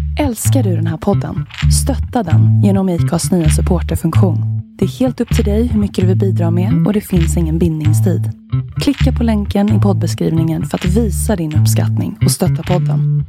Älskar du den här podden? Stötta den genom IKAs nya supporterfunktion. Det är helt upp till dig hur mycket du vill bidra med och det finns ingen bindningstid. Klicka på länken i poddbeskrivningen för att visa din uppskattning och stötta podden.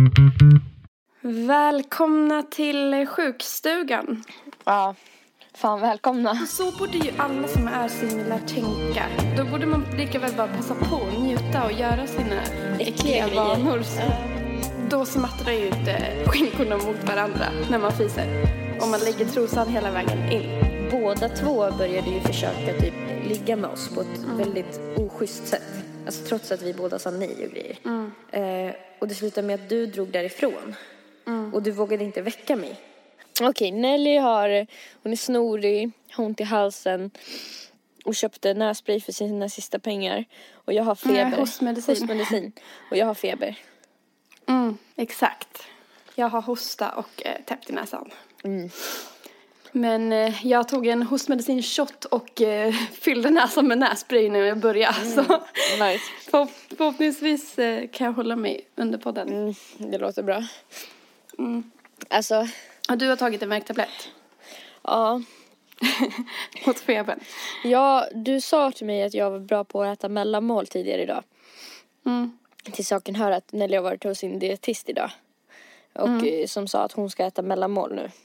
Välkomna till sjukstugan. Ja, fan välkomna. Så borde ju alla som är singlar tänka. Då borde man lika väl bara passa på och njuta och göra sina äckliga vanor. Då smattrar ju inte skinkorna mot varandra när man fiser. Om man lägger trosan hela vägen in. Båda två började ju försöka typ ligga med oss på ett väldigt oschysst sätt. Alltså trots att vi båda sa nej och grejer. Och det slutade med att du drog därifrån. Och du vågade inte väcka mig. Okej, Nelly hon är snorig, har ont i halsen. Och köpte nässpray för sina sista pengar. Och jag har feber. Hostmedicin. Och jag har feber. Exakt. Jag har hosta och täppt i näsan. Men jag tog en hostmedicin-shot och fyllde näsan med nässpray när jag började. Så Nice. förhoppningsvis kan jag hålla mig under podden. Det låter bra. Alltså. Och du har tagit en värktablett? Ja. Mot febern? Ja, du sa till mig att jag var bra på att äta mellanmål tidigare idag. Till saken hör att Nelly har varit hos sin dietist idag. Och som sa att hon ska äta mellanmål nu.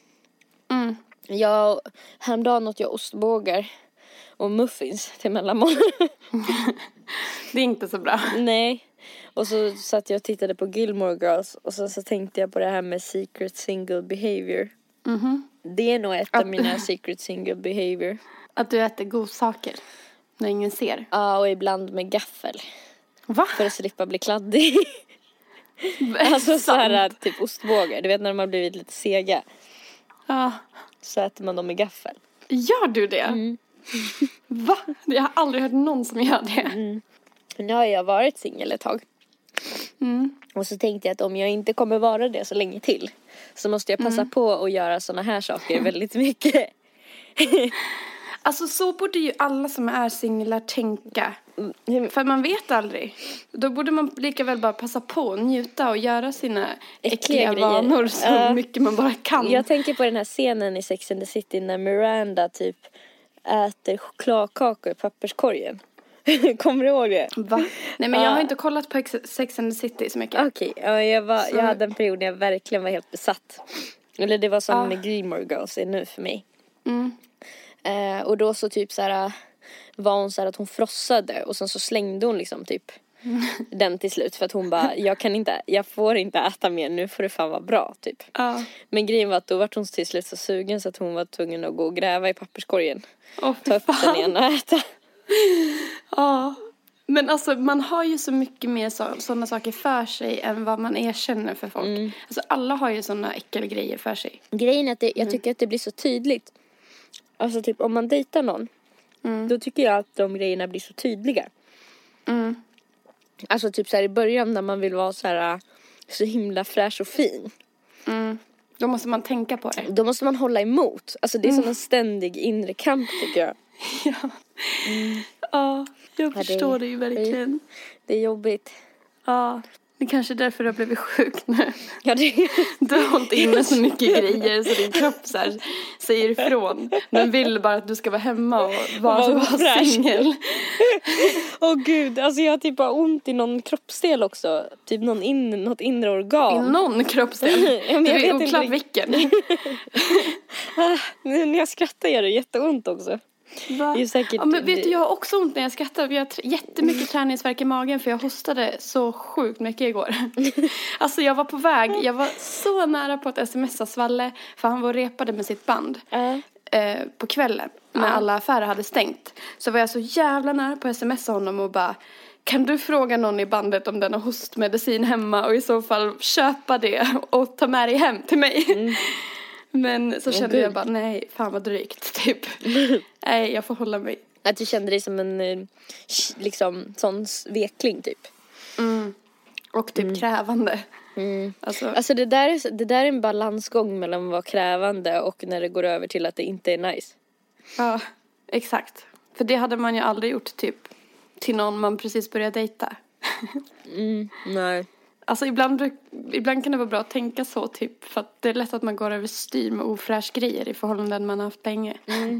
Häromdagen åt jag ostbågar och muffins till mellanmål. Det är inte så bra. Nej. Och så satt jag och tittade på Gilmore Girls. Och så tänkte jag på det här med secret single behavior. Det är nog ett av mina secret single behavior. Att du äter godsaker när ingen ser. Ja, och ibland med gaffel. Va? För att slippa bli kladdig. Alltså så här typ ostbågar. Du vet när de har blivit lite sega. Ja. Så äter man dem med gaffel. Gör du det? Va? Jag har aldrig hört någon som gör det. Nu har jag varit singel ett tag. Och så tänkte jag att om jag inte kommer vara det så länge till. Så måste jag passa på att göra såna här saker väldigt mycket. Alltså så borde ju alla som är singlar tänka. För man vet aldrig. Då borde man lika väl bara passa på och njuta och göra sina äckliga vanor så mycket man bara kan. Jag tänker på den här scenen i Sex and the City när Miranda typ äter chokladkakor i papperskorgen. Kommer du ihåg det? Va? Nej, men jag har inte kollat på Sex and the City så mycket. Okej, jag hade en period när jag verkligen var helt besatt. Eller det var som med Gilmore Girls är nu för mig. Och då så typ så här var hon så här att hon frossade och sen så slängde hon liksom typ den till slut för att hon bara jag får inte äta mer, nu får det fan vara bra typ. Men grejen var att då var hon till slut så sugen så att hon var tvungen att gå och gräva i papperskorgen. Ta upp den igen och äta. Ja. Men alltså man har ju så mycket mer sådana saker för sig än vad man erkänner för folk. Alltså alla har ju sådana äckelgrejer för sig. Grejen är att jag tycker att det blir så tydligt. Alltså typ om man dejtar någon. Då tycker jag att de grejerna blir så tydliga. Alltså typ så här i början när man vill vara så här så himla fräsch och fin. Då måste man tänka på det. Då måste man hålla emot. Alltså det är som en ständig inre kamp tycker jag. Ja, jag förstår det ju verkligen. Det är jobbigt. Ja, det är kanske därför du har blivit sjuk nu. Ja, Du har hållit inne så mycket grejer så din kropp så här säger ifrån. Den vill bara att du ska vara hemma och vara singel. Gud, alltså jag har typ bara ont i någon kroppsdel också. Typ något inre organ. I någon kroppsdel? Det är oklart vilken. Nu när jag skrattar gör det jätteont också. Va? Det är säkert, ja, men vet du, jag har också ont när jag skrattar. Jag har jättemycket träningsvärk i magen för jag hostade så sjukt mycket igår. Alltså jag var på väg, jag var så nära på att smsa Svalle för han var och repade med sitt band på kvällen när alla affärer hade stängt. Så var jag så jävla nära på att smsa honom och bara, kan du fråga någon i bandet om den har hostmedicin hemma och i så fall köpa det och ta med dig hem till mig. Men så kände jag bara, nej, fan vad drygt, typ. Nej, jag får hålla mig. Att du kände dig som en liksom sån vekling, typ. Och typ krävande. Alltså det där är en balansgång mellan att vara krävande och när det går över till att det inte är nice. Ja, exakt. För det hade man ju aldrig gjort typ till någon man precis började dejta. Nej. Alltså ibland kan det vara bra att tänka så typ. För att det är lätt att man går över styr med ofräsch grejer i förhållanden man har haft länge.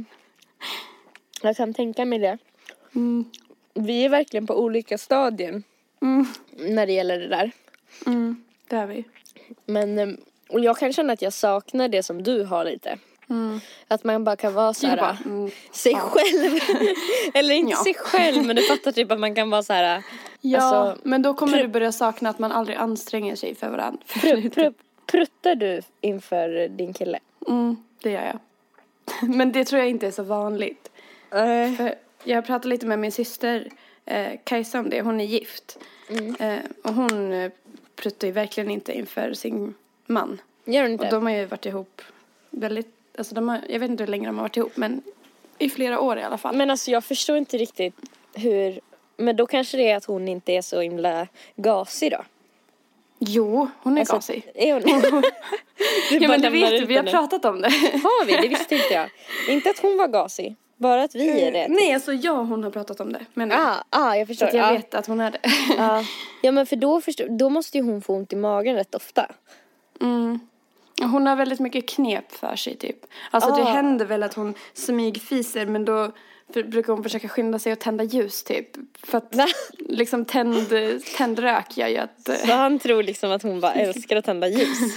Jag kan tänka mig det. Vi är verkligen på olika stadier när det gäller det där. Det är vi. Men och jag kan känna att jag saknar det som du har lite. Att man bara kan vara så här sig själv. Eller inte sig själv, men du fattar typ att man kan vara så här. Ja, alltså, men då kommer du börja sakna att man aldrig anstränger sig för varandra. Pruttar du inför din kille? Det gör jag. Men det tror jag inte är så vanligt. För jag pratade lite med min syster Kajsa om det. Hon är gift. Och hon pruttar ju verkligen inte inför sin man. Gör hon inte? Och de har ju varit ihop väldigt... Alltså jag vet inte hur länge de har varit ihop, men i flera år i alla fall. Men alltså jag förstår inte riktigt hur... Men då kanske det är att hon inte är så himla gasig då. Jo, hon är alltså, gasig. Är hon? Ja, men det vet du, vi har pratat om det. Har vi? Det visste inte jag. Inte att hon var gasig. Bara att vi är det. Nej, alltså hon har pratat om det. Men jag förstår. Så att jag vet att hon är det. Ja, men för då måste ju hon få ont i magen rätt ofta. Hon har väldigt mycket knep för sig typ. Alltså det händer väl att hon smygfiser, men då brukar hon försöka skynda sig och tända ljus typ. För att liksom tänd rök gör ju att... Så han tror liksom att hon bara älskar att tända ljus.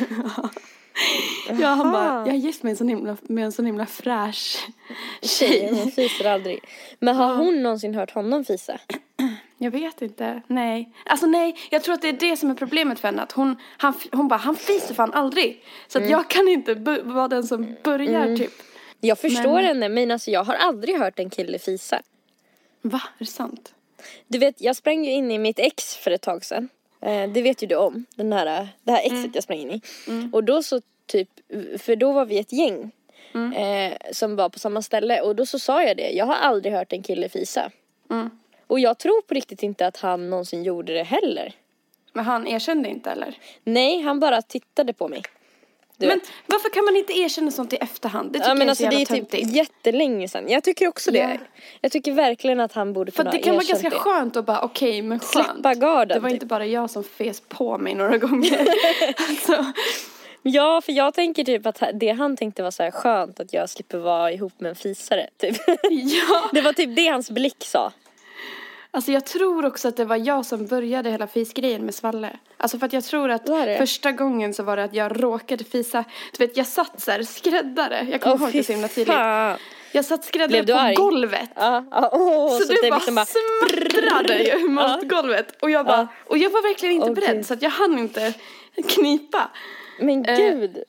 Ja, han bara, jag har gift mig med en sån himla fräsch tjej. Hon fiser aldrig. Men har hon någonsin hört honom fisa? Jag vet inte, nej. Alltså nej, jag tror att det är det som är problemet för henne. Att han fiser fan aldrig. Så att jag kan inte vara den som börjar typ. Jag förstår henne, men alltså jag har aldrig hört en kille fisa. Va? Är det sant? Du vet, jag sprang ju in i mitt ex för ett tag sedan. Det vet ju du om. Det här exet jag sprang in i. Och då så typ, för då var vi ett gäng. Som var på samma ställe. Och då så sa jag det. Jag har aldrig hört en kille fisa. Och jag tror på riktigt inte att han någonsin gjorde det heller. Men han erkände inte, eller? Nej, han bara tittade på mig. Men varför kan man inte erkänna sånt i efterhand? Det tycker men jag är alltså, så jävla det är typ jättelänge sedan. Jag tycker också det. Jag tycker verkligen att han borde kunna erkänna det. För det kan vara ganska skönt att bara, okej, men skönt. Slippa garden. Det var inte bara jag som fes på mig några gånger. Alltså. Ja, för jag tänker typ att det han tänkte var så här skönt att jag slipper vara ihop med en fisare. Typ. Ja. Det var typ det hans blick sa. Alltså jag tror också att det var jag som började hela fisgrejen med Svalle. Alltså för att jag tror att första gången så var det att jag råkade fisa. Du vet, jag satt så här skräddare. Jag kommer ihåg det så himla tydligt. Jag satt skräddare på golvet. Så det bara liksom smattrade ju mot golvet. Och jag bara, och jag var verkligen inte beredd. Så att jag hann inte knipa. Men gud.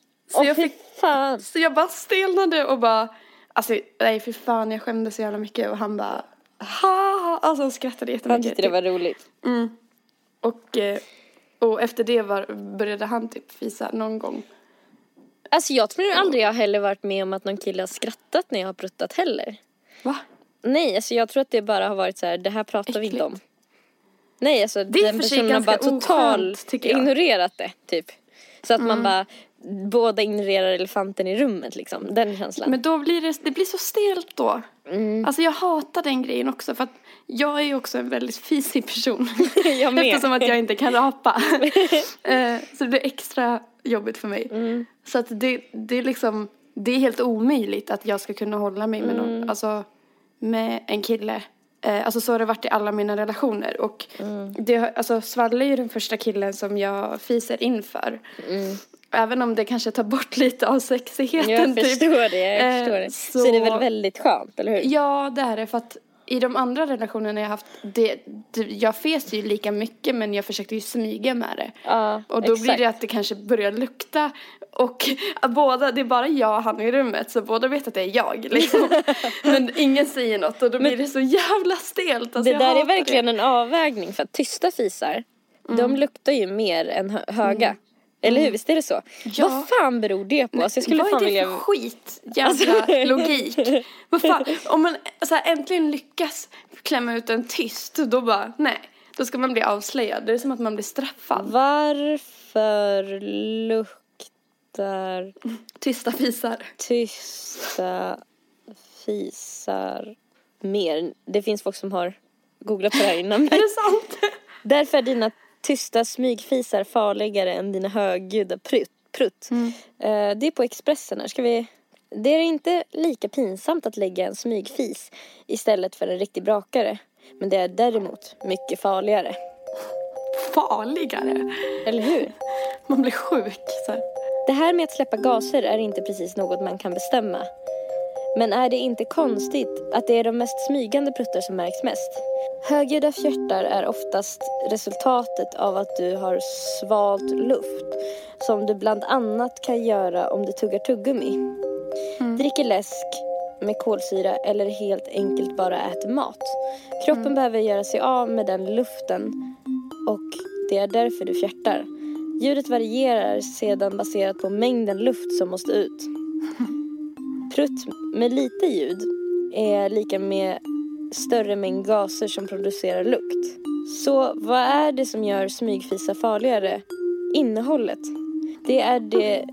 Så jag bara stelnade och bara, alltså nej för fan, jag skämdes så jävla mycket. Och han bara, alltså han skrattade jättemycket. Han tyckte det var roligt. Och efter det började han typ fisa någon gång. Alltså jag tror aldrig jag heller varit med om att någon kille har skrattat när jag har pruttat heller. Va? Nej, alltså jag tror att det bara har varit så här, det här pratar vi inte om. Nej, alltså det är den personen har bara totalt ignorerat det, typ. Så att man bara båda ignorerar elefanten i rummet liksom, den känslan. Men då blir det blir så stelt då. Alltså jag hatar den grejen också, för att jag är ju också en väldigt fisig person. Jag med. Eftersom att jag inte kan rapa. Så det blir extra jobbigt för mig. Så att det är liksom, det är helt omöjligt att jag ska kunna hålla mig med någon, alltså med en kille. Alltså så har det varit i alla mina relationer. Och alltså Svalle är ju den första killen som jag fiser inför. Även om det kanske tar bort lite av sexigheten. Jag förstår det. Så är det väl väldigt skönt, eller hur? Ja, det är det. För att i de andra relationerna jag haft, jag fes ju lika mycket, men jag försökte ju smyga med det. Och då blir det att det kanske börjar lukta. Och det är bara jag och han i rummet, så båda vet att det är jag. Liksom. Men ingen säger något och då blir det så jävla stelt. Alltså, det där är verkligen en avvägning, för att tysta fisar, de luktar ju mer än höga. Eller hur? Visst är det så? Ja. Vad fan beror det på? Alltså, jag skulle vad är det för skit? Jävla logik. Vad fan? Om man så här, äntligen lyckas klämma ut en tyst, då bara, nej. Då ska man bli avslöjad. Det är som att man blir straffad. Varför luktar tysta fisar mer? Det finns folk som har googlat på det här innan. Är det sant? Därför är dina Tysta smygfisar farligare än dina högljudda prutt. Det är på Expressen här. Det är inte lika pinsamt att lägga en smygfis istället för en riktig brakare. Men det är däremot mycket farligare. Farligare? Eller hur? Man blir sjuk. Så här. Det här med att släppa gaser är inte precis något man kan bestämma. Men är det inte konstigt att det är de mest smygande pruttar som märks mest? Högljudda fjärtar är oftast resultatet av att du har svalt luft. Som du bland annat kan göra om du tuggar tuggummi. Dricker läsk med kolsyra eller helt enkelt bara äter mat. Kroppen behöver göra sig av med den luften och det är därför du fjärtar. Ljudet varierar sedan baserat på mängden luft som måste ut. Prutt med lite ljud är lika med större mängd gaser som producerar lukt. Så vad är det som gör smygfisar farligare? Innehållet. Det är det...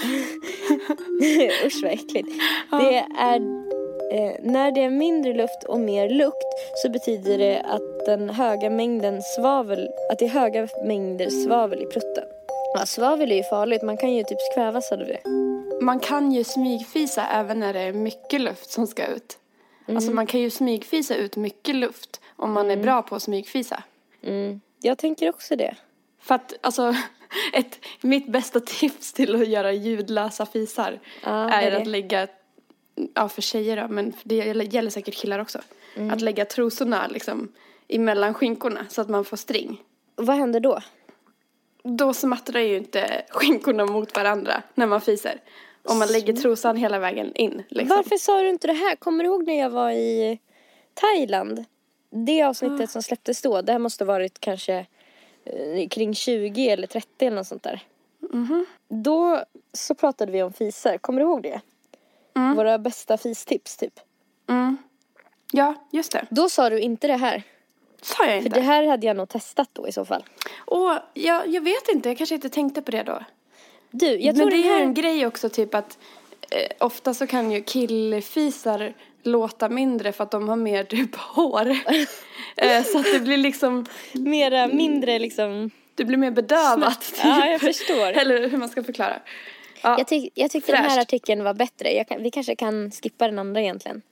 Usch vad äckligt. Det är... när det är mindre luft och mer lukt så betyder det att det är höga mängder svavel i prutten. Ja, svavel är ju farligt. Man kan ju typ kvävas av det. Man kan ju smygfisa även när det är mycket luft som ska ut. Alltså man kan ju smygfisa ut mycket luft om man är bra på att smygfisa. Jag tänker också det. För att alltså mitt bästa tips till att göra ljudlösa fisar är att lägga, för tjejer då, men det gäller säkert killar också. Att lägga trosorna liksom emellan skinkorna så att man får string. Vad händer då? Då smattrar ju inte skinkorna mot varandra när man fiser. Om man lägger trosan hela vägen in. Liksom. Varför sa du inte det här? Kommer du ihåg när jag var i Thailand? Det avsnittet som släpptes då. Det här måste ha varit kanske kring 20 eller 30 eller något sånt där. Då så pratade vi om fisar. Kommer du ihåg det? Våra bästa fistips typ. Ja, just det. Då sa du inte det här. Sa jag inte? För det här hade jag nog testat då i så fall. Jag vet inte. Jag kanske inte tänkte på det då. Jag tror men det är ju en grej också typ att ofta så kan ju killfisar låta mindre för att de har mer typ hår. Så att det blir liksom mindre liksom. Det blir mer bedövat. Typ. Ja, jag förstår. Eller hur man ska förklara. Ja. Jag tyckte den här artikeln var bättre. Vi kanske kan skippa den andra egentligen.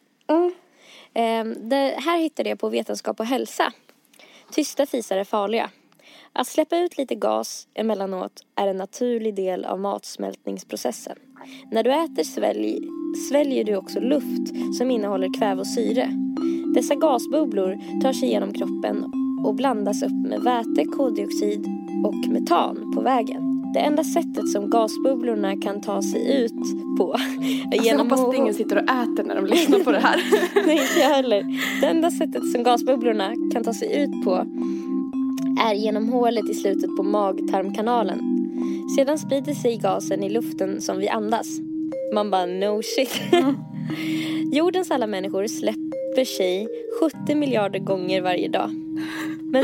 Det här hittade jag på Vetenskap och hälsa. Tysta fisar är farliga. Att släppa ut lite gas emellanåt är en naturlig del av matsmältningsprocessen. När du äter sväljer du också luft som innehåller kväve och syre. Dessa gasbubblor tar sig genom kroppen och blandas upp med väte, koldioxid och metan på vägen. Det enda sättet som gasbubblorna kan ta sig ut på jag hoppas att ingen sitter och äter när de lyssnar på det här. Nej, inte jag heller. Det enda sättet som gasbubblorna kan ta sig ut på är genom hålet i slutet på mag-tarmkanalen. Sedan sprider sig gasen i luften som vi andas. Man bara, no shit. Jordens alla människor släpper sig 70 miljarder gånger varje dag. Men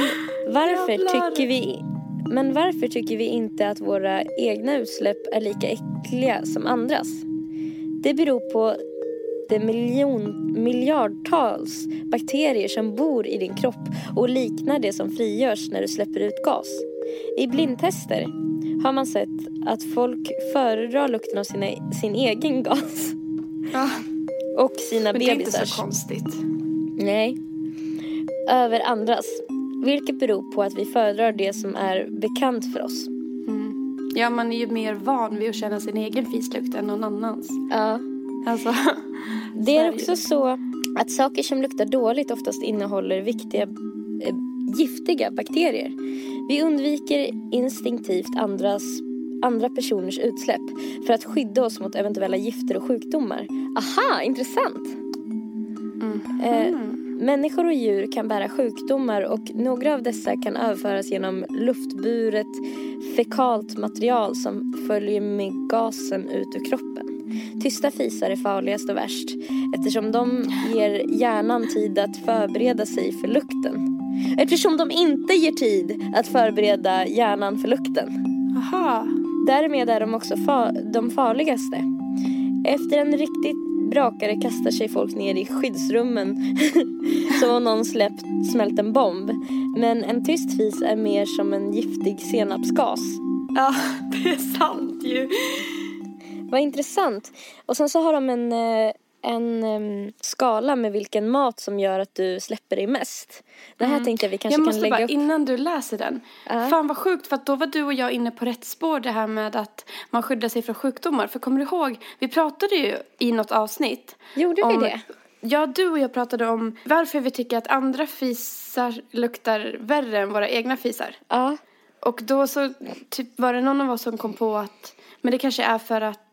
varför tycker vi inte att våra egna utsläpp är lika äckliga som andras? Det beror på de miljardtals bakterier som bor i din kropp och liknar det som frigörs när du släpper ut gas. I blindtester har man sett att folk föredrar lukten av sin egen gas. Och sina bebisars. Men det är inte så konstigt. Nej. Över andras. Vilket beror på att vi föredrar det som är bekant för oss. Ja, man är ju mer van vid att känna sin egen fislukt än någon annans. Ja. Alltså, det är också så att saker som luktar dåligt oftast innehåller giftiga bakterier. Vi undviker instinktivt andra personers utsläpp för att skydda oss mot eventuella gifter och sjukdomar. Aha, intressant! Människor och djur kan bära sjukdomar och några av dessa kan överföras genom luftburet fekalt material som följer med gasen ut ur kroppen. Tysta fisar är farligast och värst eftersom de ger hjärnan tid att förbereda sig för lukten. Eftersom de inte ger tid att förbereda hjärnan för lukten. Aha. Därmed är de också de farligaste. Efter en riktigt brakare kastar sig folk ner i skyddsrummen som om någon smält en bomb. Men en tyst fis är mer som en giftig senapsgas. Ja, det är sant ju. Vad intressant. Och sen så har de en skala med vilken mat som gör att du släpper dig mest. Det här tänkte jag vi kanske kan lägga upp. Innan du läser den. Fan vad sjukt, för att då var du och jag inne på rätt spår, det här med att man skyddar sig från sjukdomar. För kommer du ihåg, vi pratade ju i något avsnitt. Gjorde vi det? Ja, du och jag pratade om varför vi tycker att andra fisar luktar värre än våra egna fisar. Ja. Och då så typ var det någon av oss som kom på att, men det kanske är för att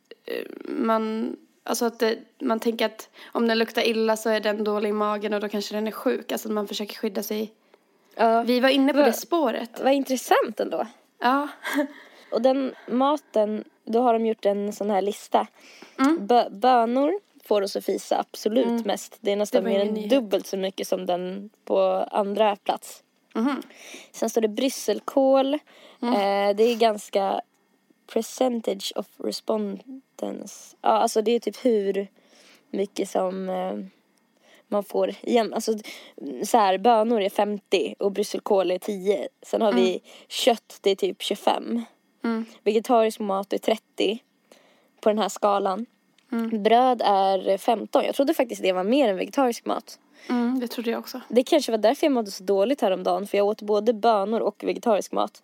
man tänker att om den luktar illa så är den dålig i magen och då kanske den är sjuk. Alltså man försöker skydda sig. Ja. Vi var inne på det spåret. Vad intressant ändå. Ja. Och den maten, då har de gjort en sån här lista. Bönor får oss att fisa absolut mest. Det är nästan mer än dubbelt så mycket som den på andra plats. Sen står det brysselkål. Det är ganska percentage of respondents. Ja, alltså det är typ hur mycket som man får igen. Alltså så här, bönor är 50 och brysselkål är 10. Sen har vi kött, det är typ 25. Vegetarisk mat är 30 på den här skalan. Bröd är 15. Jag trodde faktiskt det var mer än vegetarisk mat. Det trodde jag också. Det kanske var därför jag mådde så dåligt häromdagen. För jag åt både bönor och vegetarisk mat.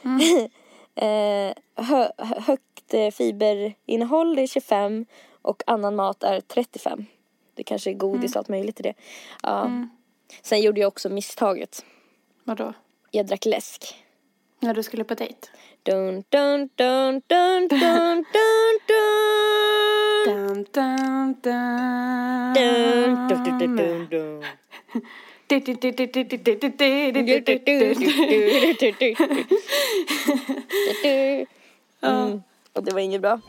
Högt fiberinnehåll är 25 och annan mat är 35. Det kanske är godis och allt möjligt i det. Sen gjorde jag också misstaget. Vadå? Jag drack läsk. När du skulle på dejt? Dun, dun, dun, dun, dun, dun, Dun, dun. dun, dun. Dun, dun, dun, dun, dun. Och det var inget bra.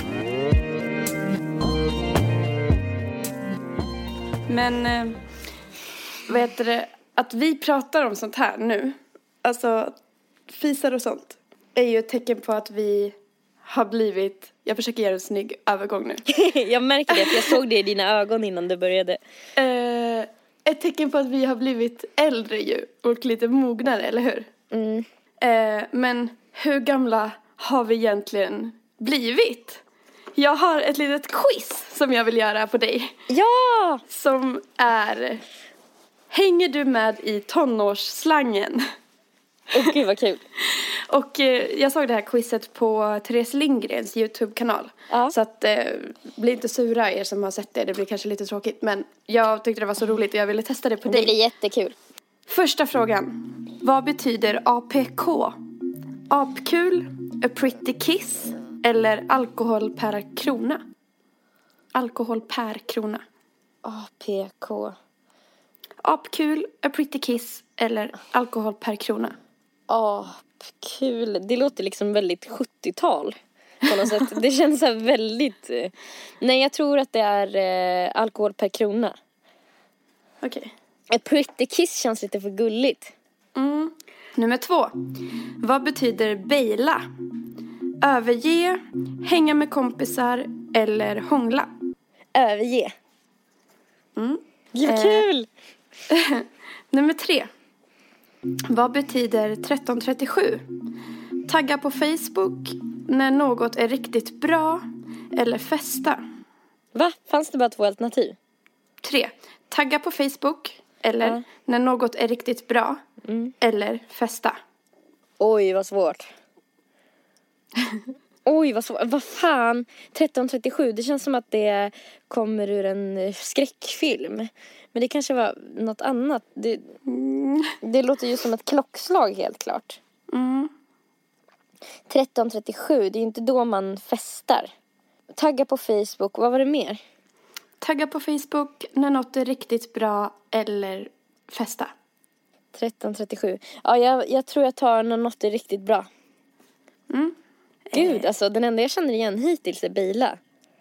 Men vad heter det? Att vi pratar om sånt här nu, alltså fisar och sånt, är ju ett tecken på att vi har blivit, jag försöker göra en snygg övergång nu. Jag märker det, för jag såg det i dina ögon innan du började. Ett tecken på att vi har blivit äldre ju, och lite mognare, eller hur? Men hur gamla har vi egentligen blivit? Jag har ett litet quiz som jag vill göra på dig. Ja! Som är, hänger du med i tonårsslangen? Gud vad kul. Och jag såg det här quizet på Therese Lindgrens YouTube-kanal. Ja. Så att bli inte sura er som har sett det. Det blir kanske lite tråkigt. Men jag tyckte det var så roligt och jag ville testa det på dig. Det blir jättekul. Första frågan. Vad betyder APK? Apkul, a pretty kiss eller alkohol per krona? Alkohol per krona. APK. Apkul, a pretty kiss eller alkohol per krona? Apkul. Det låter liksom väldigt 70-tal på något sätt. Det känns så här väldigt... Nej, jag tror att det är alkohol per krona. Okej. A pretty kiss känns lite för gulligt. Nummer 2. Vad betyder bejla? Överge, hänga med kompisar eller hångla? Överge. Vad kul! Nummer 3. Vad betyder 1337? Tagga på Facebook när något är riktigt bra eller festa? Va? Fanns det bara 2 alternativ? 3. Tagga på Facebook eller när något är riktigt bra eller festa? Oj, vad svårt. Oj, vad svårt. Vad fan? 1337, det känns som att det kommer ur en skräckfilm. Men det kanske var något annat. Det låter ju som ett klockslag helt klart. 1337, det är inte då man festar. Tagga på Facebook, vad var det mer? Tagga på Facebook när något är riktigt bra eller festa. 1337. Ja, jag tror jag tar när något är riktigt bra. Gud, alltså den enda jag känner igen hittills är Bila.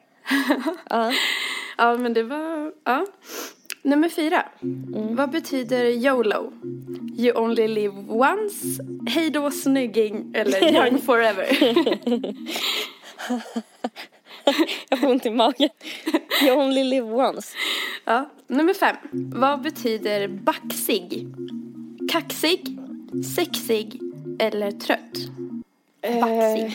Ja, men det var... Ja. Nummer 4. Vad betyder YOLO? You only live once. Hej då snygging eller young forever. Jag får ont i magen. You only live once. Ja. Nummer 5. Vad betyder baxig? Kaxig, sexig eller trött? Baxig.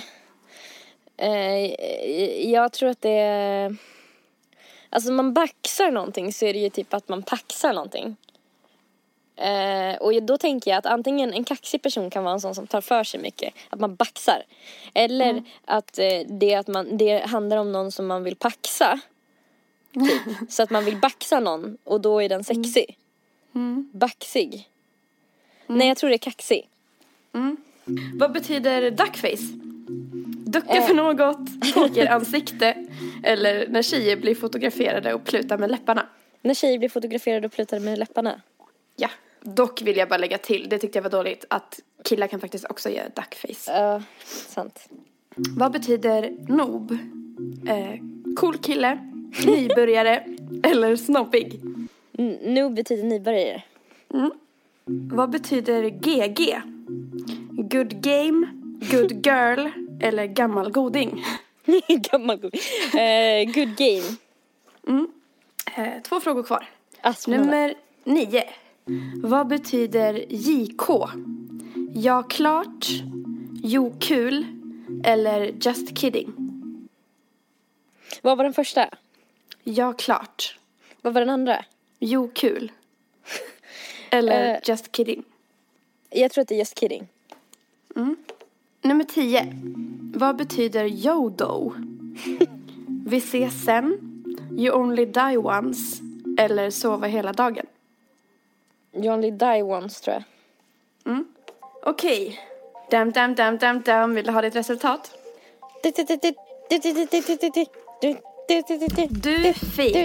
Jag tror att det är... Alltså man baxar någonting så är det ju typ att man paxar någonting. Och då tänker jag att antingen en kaxig person kan vara en sån som tar för sig mycket. Att man baxar. Eller att det handlar om någon som man vill paxa. Typ. Så att man vill baxa någon och då är den sexig. Baxig. Nej, jag tror det är kaxig. Vad betyder duckface? Ducka för något, pokeransikte eller när tjejer blir fotograferade och plutar med läpparna? När tjejer blir fotograferade och plutar med läpparna? Ja, dock vill jag bara lägga till, det tyckte jag var dåligt, att killar kan faktiskt också göra duckface. Sant. Vad betyder noob? Cool kille, nybörjare eller snobbig? Noob betyder nybörjare. Vad betyder GG? Good game, good girl eller gammal goding? Gammal goding. Good game. 2 frågor kvar. Spännande. Nummer 9. Vad betyder JK? Ja, klart. Jo, kul. Eller just kidding? Vad var den första? Ja, klart. Vad var den andra? Jo, kul. Eller just kidding? Jag tror att det är just kidding. Nummer 10. Vad betyder YOLO? Vi ses sen. You only die once. Eller sova hela dagen? You only die once, tror jag. Okej. Dam. Vill du ha ditt resultat? Du fick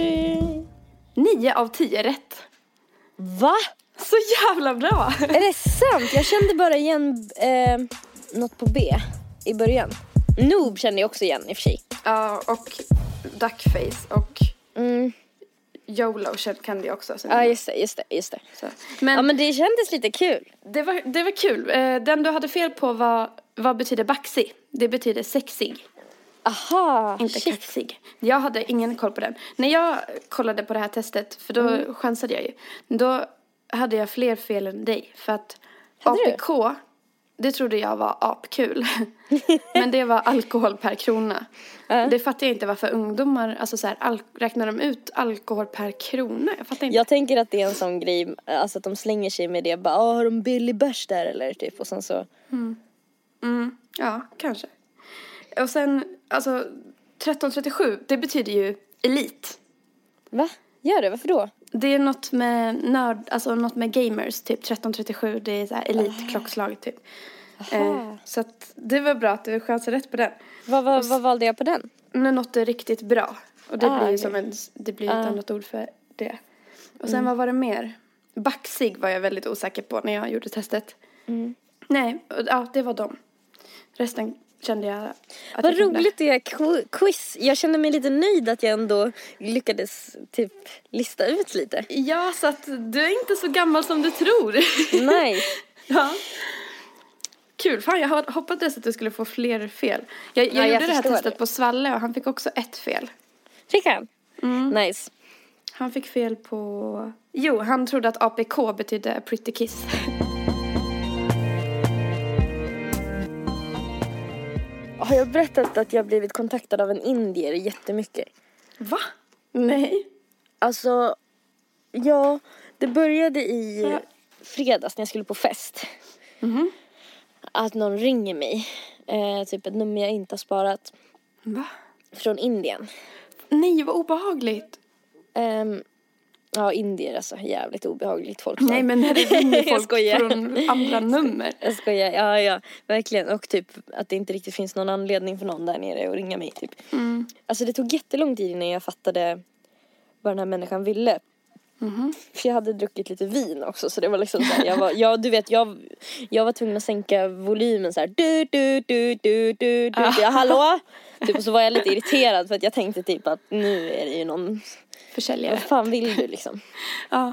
9 av 10 rätt. Va? Så jävla bra. Är det sant? Jag kände bara igen något på B i början. Noob kände jag också igen i och för sig. Ja, och duckface och YOLO kan det också. Ja, just det. Så. Men det kändes lite kul. Det var kul. Den du hade fel på var, vad betyder baxig? Det betyder sexig. Aha, inte kaxig. Jag hade ingen koll på den. När jag kollade på det här testet, för då chansade jag ju. Då hade jag fler fel än dig. För att hade APK, det trodde jag var apkul. Men det var alkohol per krona. Det fattar jag inte varför ungdomar, alltså så här, räknar de ut alkohol per krona? Jag fattar inte. Jag tänker att det är en sån grej, alltså att de slänger sig med det. Bara, har de billig bärs där eller typ? Och sen så... Ja, kanske. Och sen, alltså 1337, det betyder ju elit. Va? Gör det? Varför då? Det är något med alltså något med gamers, typ 1337, det är så här elitklockslag typ. Så att det var bra att du chansade rätt på den. Vad valde jag på den? Men något är riktigt bra. Och det blir ju som det blir ett annat ord för det. Och sen vad var det mer? Baxig var jag väldigt osäker på när jag gjorde testet. Nej, det var dem. Resten kände jag att vad roligt det är quiz. Jag kände mig lite nöjd att jag ändå lyckades typ lista ut lite. Ja, så att du är inte så gammal som du tror. Nej. Ja. Kul, fan jag hoppades att du skulle få fler fel. Jag gjorde det här testet på Svalle och han fick också 1 fel. Fick han? Nice. Han fick fel på... Jo, han trodde att APK betydde pretty kiss. Har jag berättat att jag blivit kontaktad av en indier jättemycket? Va? Nej. Alltså, ja, det började i fredags när jag skulle på fest. Att någon ringer mig. Typ ett nummer jag inte har sparat. Va? Från Indien. Nej, vad obehagligt. Ja, indier alltså. Jävligt obehagligt folk. Nej, men när det ringer folk från andra nummer. Jag skojar. Ja, verkligen. Och typ att det inte riktigt finns någon anledning för någon där nere att ringa mig typ. Alltså det tog jättelång tid innan jag fattade vad den här människan ville. För jag hade druckit lite vin också. Så det var liksom såhär, jag var tvungen att sänka volymen såhär. Ja, hallå? Typ, och så var jag lite irriterad för att jag tänkte typ att nu är det ju någon försäljare. Vad fan vill du liksom? Ja.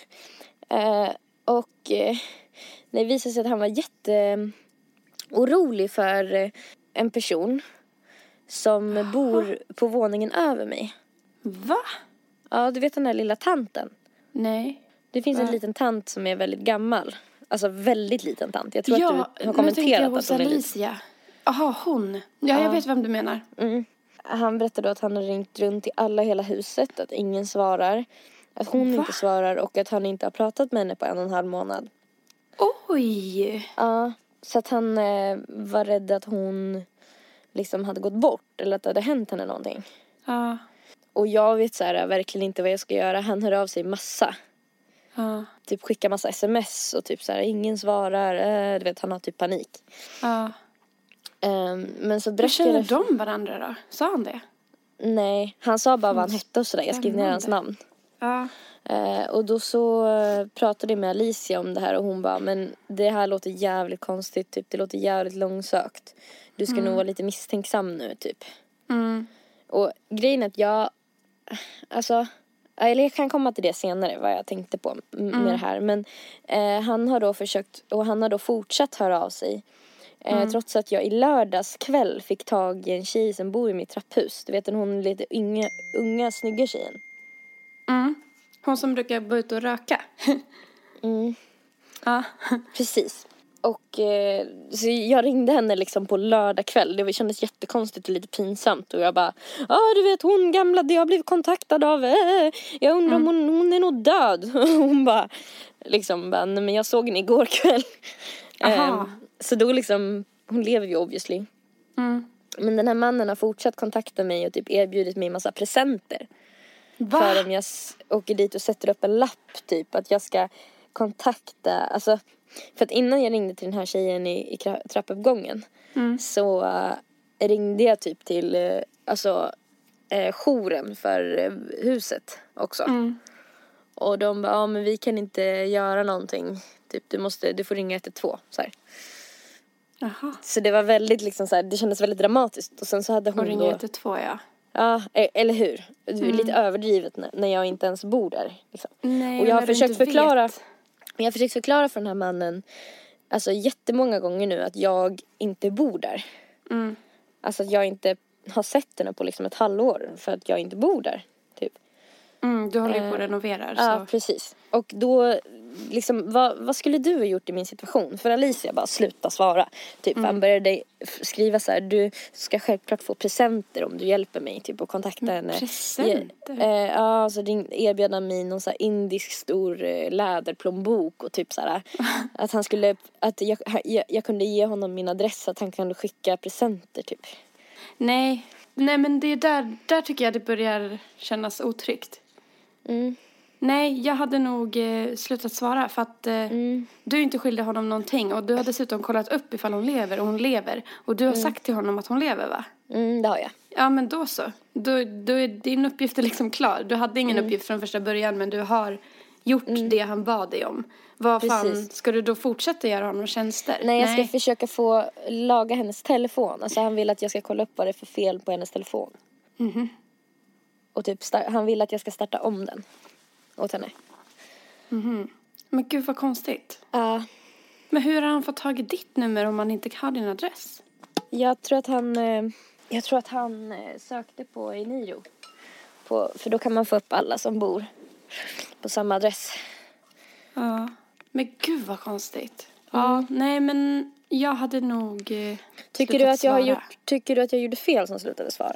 Och det visade sig att han var jätteorolig för en person som bor på våningen över mig. Va? Ja, du vet den där lilla tanten. Nej. Det finns en liten tant som är väldigt gammal. Alltså väldigt liten tant. Jag tror att du har kommenterat att hon är liten. Jaha, hon. Ja, jag vet vem du menar. Mm. Han berättade då att han har ringt runt i hela huset. Att ingen svarar. Att hon inte svarar och att han inte har pratat med henne på 1,5 månad. Oj! Ja, så att han var rädd att hon liksom hade gått bort. Eller att det hade hänt henne någonting. Ja. Och jag vet så här verkligen inte vad jag ska göra. Han hör av sig massa. Ja. Typ skickar massa sms och typ så här ingen svarar. Du vet, han har typ panik. Ja. Men så Hur berättade känner de varandra då? Sa han det? Nej, han sa bara vad han hette och sådär. Jag skrev ner hans namn. Ja. Och då så pratade jag med Alicia om det här och hon bara, men det här låter jävligt konstigt, typ. Det låter jävligt långsökt. Du ska nog vara lite misstänksam nu, typ. Mm. Och grejen är att eller jag kan komma till det senare, vad jag tänkte på med det här. Men han har då försökt, och han har då fortsatt höra av sig. Trots att jag i lördags kväll fick tag i en tjej som bor i mitt trapphus. Du vet, hon lite unga snygga tjejen. Mm. Hon som brukar gå ut och röka. Ja. Precis. Och så jag ringde henne liksom på lördag kväll. Det kändes jättekonstigt och lite pinsamt. Och jag bara, du vet hon gamla, jag blev kontaktad av, jag undrar om hon är nog död. Hon bara, liksom, nej men jag såg henne igår kväll. Så då liksom, hon lever ju obviously. Men den här mannen har fortsatt kontakta mig och typ erbjudit mig en massa presenter. För om jag åker dit och sätter upp en lapp typ, att jag ska kontakta, alltså, för att innan jag ringde till den här tjejen i trappuppgången så ringde jag typ till jouren för huset också. Och de bara, men vi kan inte göra någonting, typ du får ringa 112 så här. Jaha. Så det var väldigt liksom så här, det kändes väldigt dramatiskt. Och sen så hade hon ringa 112, ja. Ja, eller hur? Det är lite överdrivet när jag inte ens bor där liksom. Nej, och jag har försökt förklara för den här mannen, alltså jättemånga gånger nu, att jag inte bor där. Alltså att jag inte har sett henne på liksom ett halvår för att jag inte bor där typ. Du håller ju på att renovera. Ja, så. precis. Och då liksom, vad skulle du ha gjort i min situation? För Alicia bara, sluta svara. Typ, han började skriva så här, du ska självklart få presenter om du hjälper mig typ, och kontakta henne. Presenter? Så erbjöd han mig någon så här indisk stor läderplånbok och typ så här, att han skulle, att jag kunde ge honom min adress så att han kunde skicka presenter typ. Nej, men det är där tycker jag det börjar kännas otryggt. Nej, jag hade nog slutat svara för att du inte skyldig honom någonting. Och du har dessutom kollat upp ifall hon lever, och hon lever. Och du har sagt till honom att hon lever, va? Det har jag. Ja, men då så. Då är din uppgift liksom klar. Du hade ingen uppgift från första början, men du har gjort det han bad dig om. Vad fan, ska du då fortsätta göra honom tjänster? Nej, jag ska försöka få laga hennes telefon. Alltså han vill att jag ska kolla upp vad det är för fel på hennes telefon. Och typ han vill att jag ska starta om den åt henne. Men gud vad konstigt. Ja. Men hur har han fått tag i ditt nummer om man inte har din adress? Jag tror att han sökte på Eniro. För då kan man få upp alla som bor på samma adress. Ja. Men gud vad konstigt. Ja, nej men jag hade nog Tycker du att jag gjorde fel som slutade svara?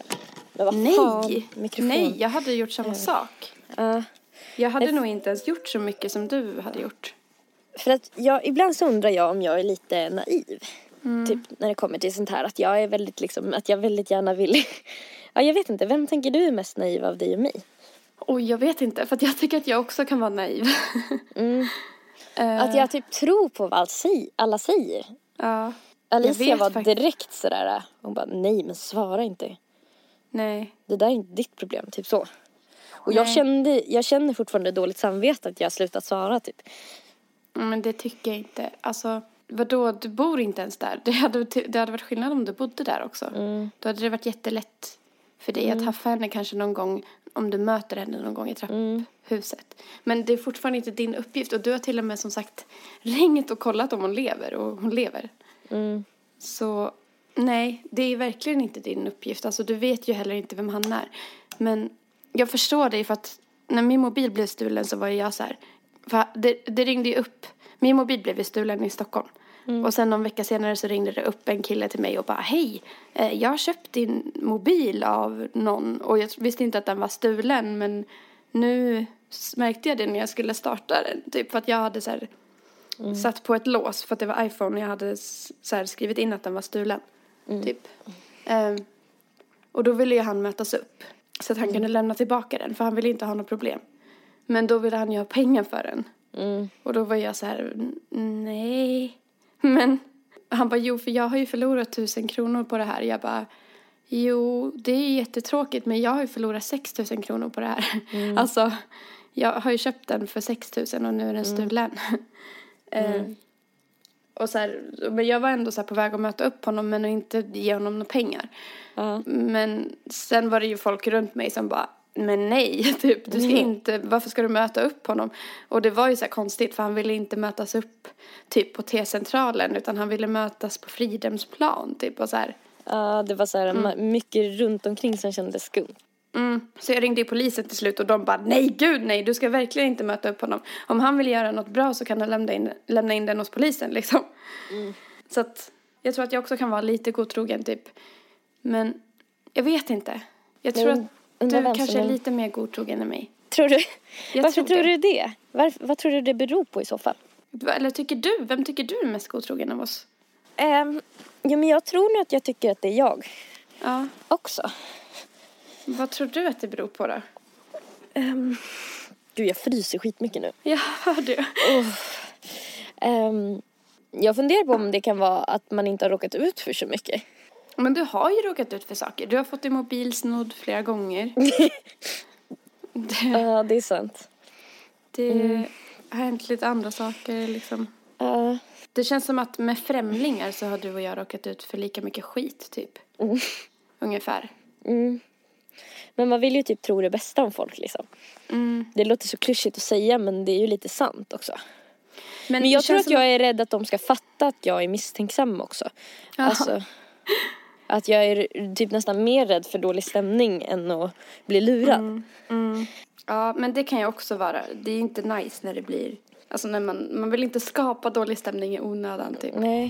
Nej, jag hade gjort samma sak. Jag hade nog inte ens gjort så mycket som du hade gjort. För att ibland så undrar jag om jag är lite naiv. Typ när det kommer till sånt här. Att jag är väldigt liksom, att jag väldigt gärna vill. Ja, jag vet inte. Vem tänker du är mest naiv av dig och mig? Jag vet inte. För att jag tycker att jag också kan vara naiv. Att jag typ tror på vad alla säger. Ja. Alicia var direkt sådär. Hon bara, nej men svara inte. Nej. Det där är inte ditt problem, typ så. Och jag känner fortfarande dåligt samvete att jag har slutat svara typ. Men det tycker jag inte. Alltså, vadå, du bor inte ens där. Det hade varit skillnad om du bodde där också. Då hade det varit jättelätt för dig att haffa henne kanske någon gång, om du möter henne någon gång i trapphuset. Men det är fortfarande inte din uppgift. Och du har till och med som sagt ringt och kollat om hon lever. Och hon lever. Så nej, det är verkligen inte din uppgift. Alltså du vet ju heller inte vem han är. Men jag förstår dig, för att när min mobil blev stulen så var jag så här. För det ringde ju upp. Min mobil blev ju stulen i Stockholm. Och sen någon vecka senare så ringde det upp en kille till mig och bara, hej, jag har köpt din mobil av någon. Och jag visste inte att den var stulen, men nu märkte jag det när jag skulle starta den. Typ för att jag hade så här, satt på ett lås för att det var iPhone. Jag hade så här, skrivit in att den var stulen. Typ. Och då ville ju han mötas upp. Så att han kunde lämna tillbaka den. För han ville inte ha något problem. Men då ville han ju ha pengar för den. Och då var jag så här, nej. Men han bara, jo, för jag har ju förlorat 1000 kronor på det här. Jag bara, jo, det är jättetråkigt. Men jag har ju förlorat 6000 kronor på det här. Alltså, jag har ju köpt den för 6000 och nu är den stulen. Och så här, men jag var ändå så här på väg att möta upp honom, men inte ge honom några pengar. Men sen var det ju folk runt mig som bara, men nej, typ, du ska inte, varför ska du möta upp honom? Och det var ju så här konstigt, för han ville inte mötas upp typ på T-centralen, utan han ville mötas på Fridhemsplan typ, och så här. Ja, det var så här mycket runt omkring som kändes skumt. Så jag ringde ju polisen till slut och de bara, nej gud nej, du ska verkligen inte möta upp honom. Om han vill göra något bra så kan han lämna in den hos polisen liksom. Så att jag tror att jag också kan vara lite godtrogen typ. Men jag vet inte. Jag tror att du kanske är lite mer godtrogen än mig. Tror du? Varför tror du det? Vad tror du det beror på i så fall? Eller tycker du? Vem tycker du är mest godtrogen av oss? Ja, men jag tror nog att jag tycker att det är jag. Ja. Också. Vad tror du att det beror på då? Gud, jag fryser skitmycket nu. Jag hör det. Jag funderar på om det kan vara att man inte har råkat ut för så mycket. Men du har ju råkat ut för saker. Du har fått din mobil snodd flera gånger. Ja, det är sant. Det har hänt lite andra saker liksom. Det känns som att med främlingar så har du och jag råkat ut för lika mycket skit typ. Ungefär. Men man vill ju typ tro det bästa om folk liksom. Det låter så klyschigt att säga, men det är ju lite sant också. Men jag tror att jag är rädd att de ska fatta att jag är misstänksam också. Alltså, att jag är typ nästan mer rädd för dålig stämning än att bli lurad. Ja, men det kan jag också vara. Det är inte nice när det blir, alltså när man vill inte skapa dålig stämning i onödan typ. Nej.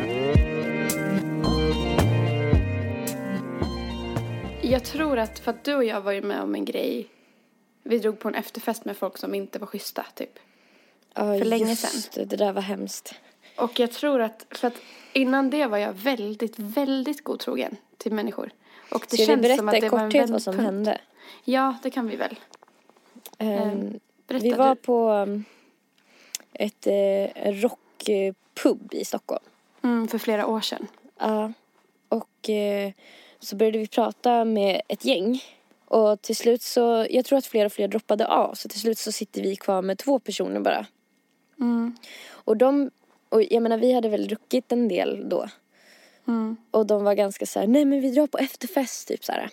Jag tror att, för att du och jag var ju med om en grej. Vi drog på en efterfest med folk som inte var schyssta typ. För länge sedan. Det där var hemskt. Och jag tror att, för att innan det var jag väldigt, väldigt godtrogen till människor. Och det ska vi berätta som att det i korthet vad som hände? Ja, det kan vi väl. Vi var på ett rockpub i Stockholm. För flera år sedan. Ja. Och så började vi prata med ett gäng. Och till slut så, jag tror att fler och fler droppade av. Så till slut så sitter vi kvar med 2 personer bara. Och jag menar, vi hade väl druckit en del då. Och de var ganska så här, nej men vi drar på efterfest typ så här.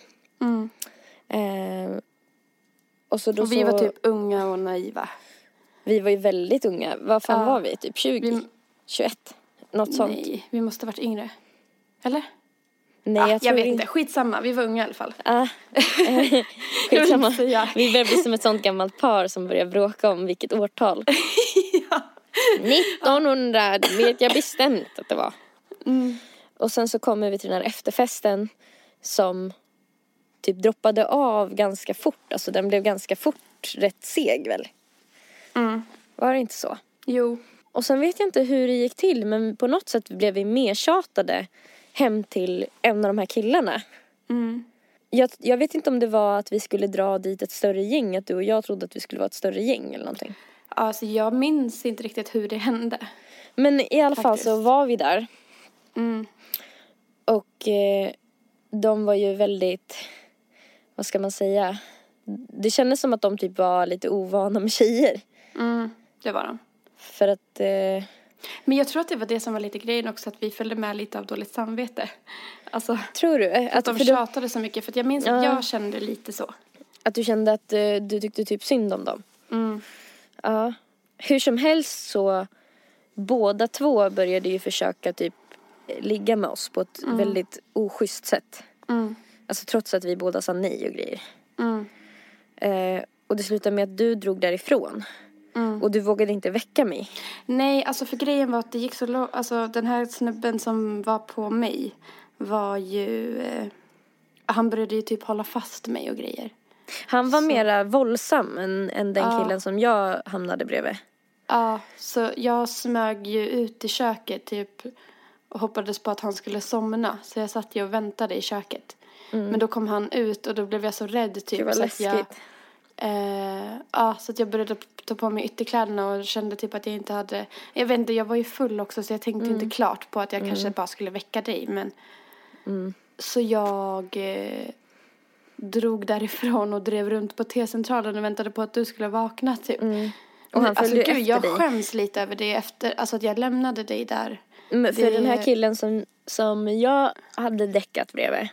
Och vi var typ unga och naiva. Vi var ju väldigt unga. Vad fan var vi? Typ 20? 21? Något sånt. Nej, vi måste ha varit yngre. Eller? Nej, jag vet inte. Skitsamma, vi var unga i alla fall. Skitsamma. Vi börjar bli som ett sånt gammalt par som börjar bråka om vilket årtal. 1900 vet jag bestämt att det var. Och sen så kommer vi till den här efterfesten som typ droppade av ganska fort. Alltså den blev ganska fort rätt seg väl. Var det inte så? Jo. Och sen vet jag inte hur det gick till, men på något sätt blev vi mer tjatade hem till en av de här killarna. Jag vet inte om det var att vi skulle dra dit ett större gäng, att du och jag trodde att vi skulle vara ett större gäng eller någonting. Alltså jag minns inte riktigt hur det hände. Men i alla fall så var vi där. Och de var ju väldigt, vad ska man säga? Det kändes som att de typ var lite ovana med tjejer. Det var de. För att... Men jag tror att det var det som var lite grejen också, att vi följde med lite av dåligt samvete. Alltså, tror du? Att de tjatade så mycket. För att jag minns att jag kände lite så. Att du kände att du tyckte typ synd om dem? Ja. Hur som helst så... Båda 2 började ju försöka typ ligga med oss på ett väldigt oschysst sätt. Alltså trots att vi båda sa nej och grejer. Och det slutade med att du drog därifrån. Och du vågade inte väcka mig. Nej, alltså för grejen var att det gick så långt. Alltså den här snubben som var på mig var ju... han började ju typ hålla fast mig och grejer. Han var mera våldsam än den killen som jag hamnade bredvid. Ja, så jag smög ju ut i köket typ och hoppades på att han skulle somna. Så jag satt ju och väntade i köket. Men då kom han ut och då blev jag så rädd typ. Det var så läskigt. Så att jag började ta på mig ytterkläderna och kände typ att jag inte hade... Jag vet inte, jag var ju full också så jag tänkte inte klart på att jag kanske bara skulle väcka dig. Men så jag drog därifrån och drev runt på T-centralen och väntade på att du skulle vakna typ. Och han följde efter jag dig. skäms lite över det efter, alltså att jag lämnade dig där. För den här killen som jag hade däckat bredvid.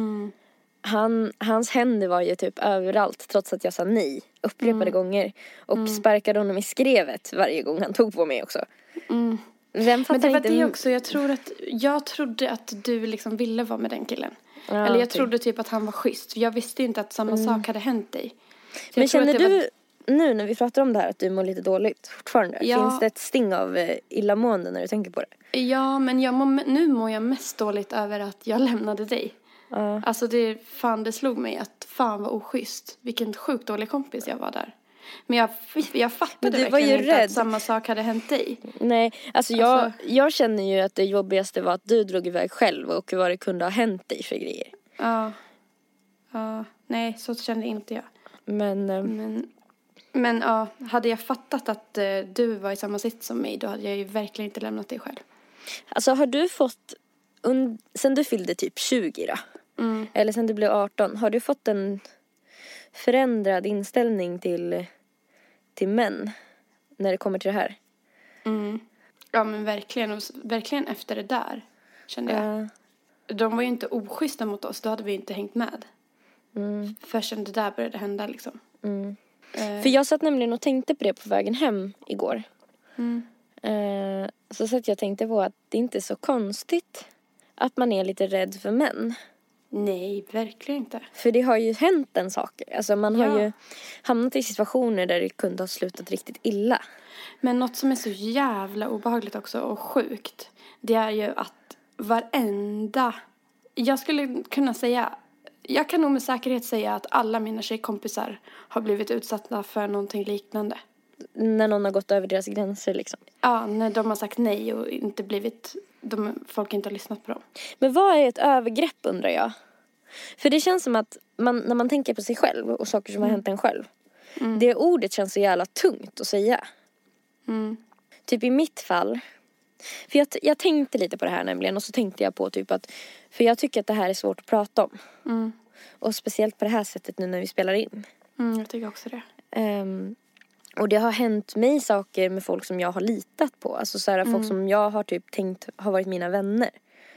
Hans händer var ju typ överallt trots att jag sa nej upprepade gånger. Och sparkade honom i skrevet varje gång han tog på mig också. Men det var det också, jag trodde att du liksom ville vara med den killen. Eller jag trodde typ att han var schysst. Jag visste inte att samma sak hade hänt dig. Men känner du nu när vi pratar om det här att du mår lite dåligt fortfarande? Ja. Finns det ett sting av illamående när du tänker på det? Ja, men nu mår jag mest dåligt över att jag lämnade dig. Alltså det slog mig att fan var oschysst. Vilken sjukt dålig kompis jag var där. Men jag fattade verkligen inte att samma sak hade hänt dig. Nej, alltså jag känner ju att det jobbigaste var att du drog iväg själv och vad det kunde ha hänt dig för grejer. Nej, så kände inte jag. Men hade jag fattat att du var i samma sitt som mig, då hade jag ju verkligen inte lämnat dig själv. Alltså har du fått, sen du fyllde typ 20 då, eller sen du blev 18, har du fått en förändrad inställning till män när det kommer till det här? Ja, men verkligen. Och verkligen efter det där kände jag. De var ju inte oschyssta mot oss, då hade vi inte hängt med. Först det där började hända liksom. För jag satt nämligen och tänkte på det på vägen hem igår. Så satt jag och tänkte på att det inte är så konstigt att man är lite rädd för män. Nej, verkligen inte. För det har ju hänt en sak. Alltså man har ju hamnat i situationer där det kunde ha slutat riktigt illa. Men något som är så jävla obehagligt också och sjukt, det är ju att jag skulle kunna säga, jag kan nog med säkerhet säga att alla mina tjejkompisar har blivit utsatta för någonting liknande. När någon har gått över deras gränser liksom. Ja, när de har sagt nej och inte blivit, folk inte har lyssnat på dem. Men vad är ett övergrepp undrar jag? För det känns som att när man tänker på sig själv och saker som har hänt en själv. Det ordet känns så jävla tungt att säga. Typ i mitt fall. För jag tänkte lite på det här nämligen. Och så tänkte jag på typ att, för jag tycker att det här är svårt att prata om. Och speciellt på det här sättet nu när vi spelar in. Jag tycker också det. Och det har hänt mig saker med folk som jag har litat på. Alltså så här, folk som jag har typ tänkt har varit mina vänner.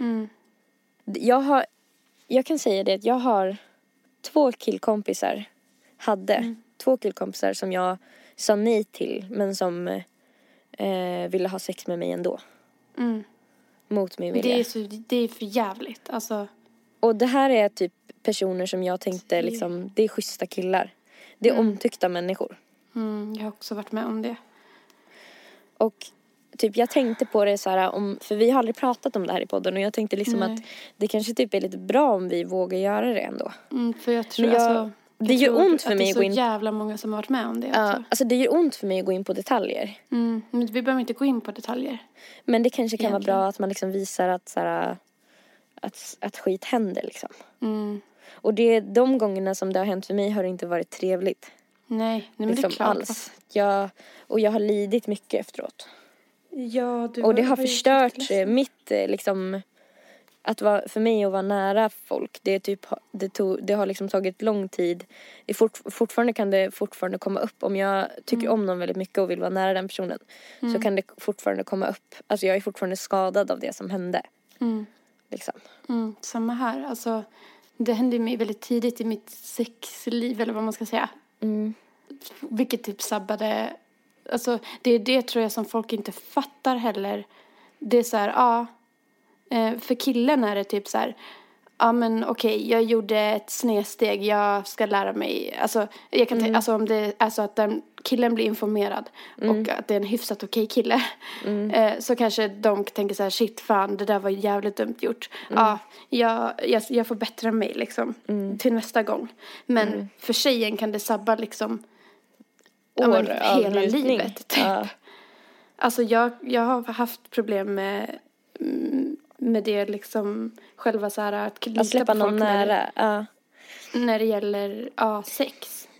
Jag kan säga det att jag har 2 killkompisar. Två killkompisar som jag sa nej till. Men som ville ha sex med mig ändå. Mot min vilja. Det är för jävligt. Alltså. Och det här är typ personer som jag tänkte liksom, det är schyssta killar. Det är omtyckta människor. Jag har också varit med om det. Och typ jag tänkte på det så här för vi har aldrig pratat om det här i podden och jag tänkte liksom att det kanske typ är lite bra om vi vågar göra det ändå. För jag tror det gör ont för mig att gå in. Det är så jävla många som har varit med om det också. Alltså det gör ont för mig att gå in på detaljer. Men vi behöver inte gå in på detaljer. Men det kanske kan vara bra att man liksom visar att så här, att skit händer liksom. Och det är de gångerna som det har hänt för mig har det inte varit trevligt. Nej, men liksom det är klart. Alls. Jag har lidit mycket efteråt. Ja, och det har förstört mitt liksom för mig att vara nära folk. Det är typ det har liksom tagit lång tid. Fortfarande kan det komma upp om jag tycker om någon väldigt mycket och vill vara nära den personen. Så kan det fortfarande komma upp. Alltså jag är fortfarande skadad av det som hände. Liksom. Samma här. Alltså det hände mig väldigt tidigt i mitt sexliv eller vad man ska säga. Vilket typ sabbade. Alltså det tror jag som folk inte fattar heller. Det är så här, för killen är det typ så här, ja men okej, jag gjorde ett snedsteg, jag ska lära mig, alltså jag kan alltså om det är så att den killen blir informerad och att det är en hyfsat okej kille, så kanske de tänker så här, shit fan, det där var jävligt dumt gjort. Ja, jag får bättra mig liksom till nästa gång. Men för tjejen kan det sabba liksom hela livet typ. Alltså jag har haft problem med det liksom, själva så här att släppa någon nära. När det gäller sex.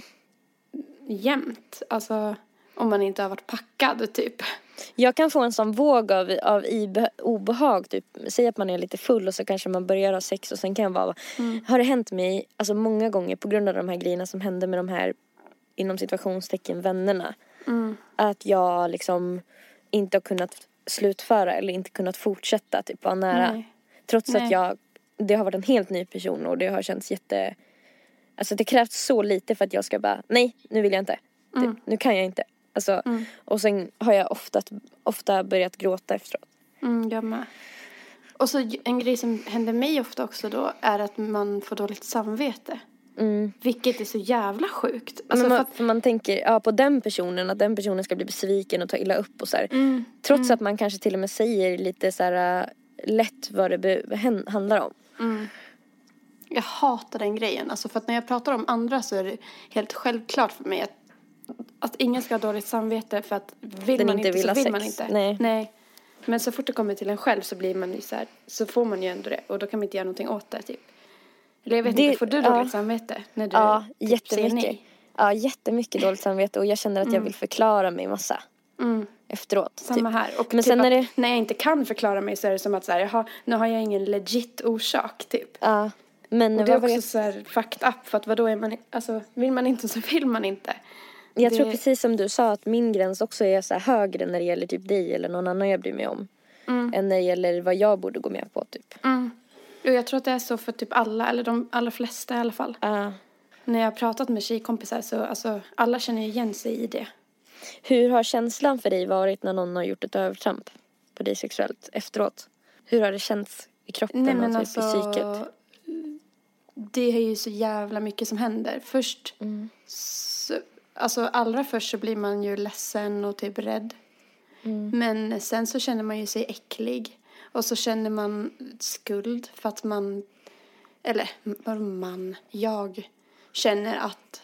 Jämt. Alltså om man inte har varit packad typ. Jag kan få en sån våg av obehag typ. Säg att man är lite full och så kanske man börjar ha sex och sen kan jag vara har det hänt mig alltså många gånger på grund av de här grejerna som hände med de här inom situationstecken vännerna. Att jag liksom inte har kunnat slutföra eller inte kunnat fortsätta typ vara nära. Nej. Trots att det har varit en helt ny person och det har känts alltså det krävs så lite för att jag ska bara, nej, nu vill jag inte. Nu kan jag inte. Alltså, och sen har jag ofta börjat gråta efteråt. Jag med. Och så en grej som händer mig ofta också då är att man får dåligt samvete. Vilket är så jävla sjukt. Alltså för man tänker på den personen, att den personen ska bli besviken och ta illa upp och så här. Trots att man kanske till och med säger lite så här lätt vad det handlar om. Jag hatar den grejen. Alltså för att när jag pratar om andra så är det helt självklart för mig att ingen ska ha dåligt samvete för att vill man inte så vill man inte. Nej. Men så fort det kommer till en själv så blir man ju så här, så får man ju ändå det och då kan man inte göra någonting åt det typ. Eller jag vet inte, får du dåligt samvete när du jättemycket. Nej? Ja, jättemycket dåligt samvete och jag känner att jag vill förklara mig massa efteråt. Samma typ. här. Och men typ sen när jag inte kan förklara mig så är det som att så här, nu har jag ingen legit orsak typ. Ja. Men och det är också så här fucked up för att vadå är man, alltså vill man inte så vill man inte. Jag tror precis som du sa att min gräns också är så här högre när det gäller typ dig eller någon annan jag bryr mig om. Än när det gäller vad jag borde gå med på typ. Och jag tror att det är så för typ alla, eller de allra flesta i alla fall. När jag har pratat med tjejkompisar så alltså, alla känner igen sig i det. Hur har känslan för dig varit när någon har gjort ett övertramp på dig sexuellt efteråt? Hur har det känts i kroppen och typ alltså, i psyket? Det är ju så jävla mycket som händer. Först, alltså allra först så blir man ju ledsen och typ rädd. Men sen så känner man ju sig äcklig. Och så känner man skuld för att jag känner att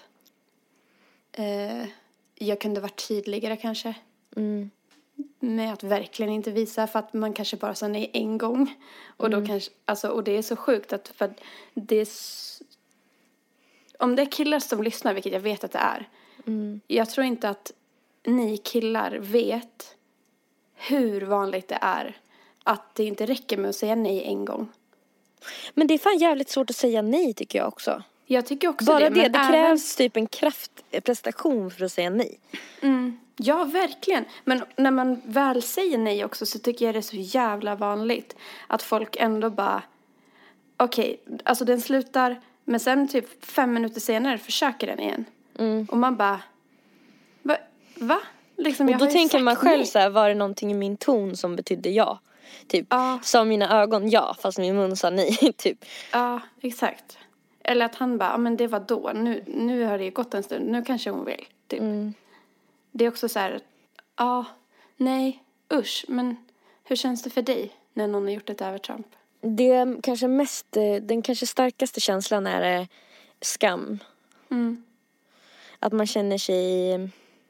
jag kunde varit tydligare kanske. Med att verkligen inte visa för att man kanske bara sa nej en gång. Och då kanske, alltså, och det är så sjukt att för det är om det är killar som lyssnar, vilket jag vet att det är. Jag tror inte att ni killar vet hur vanligt det är att det inte räcker med att säga nej en gång. Men det är fan jävligt svårt att säga nej tycker jag också. Jag tycker också bara det. Det krävs typ en prestation för att säga nej. Ja, verkligen. Men när man väl säger nej också så tycker jag det är så jävla vanligt. Att folk ändå bara, okej, alltså den slutar, men sen typ 5 minuter senare försöker den igen. Och man bara, va? Liksom, och då tänker man själv så här, var det någonting i min ton som betydde ja? Typ, sa mina ögon ja, fast min mun sa nej, typ. Ja, exakt. Eller att han bara, men det var då. Nu har det gått en stund, nu kanske hon vill, typ. Det är också så här, nej, usch, men hur känns det för dig när någon har gjort ett övertramp? Det är kanske den kanske starkaste känslan är skam. Att man känner sig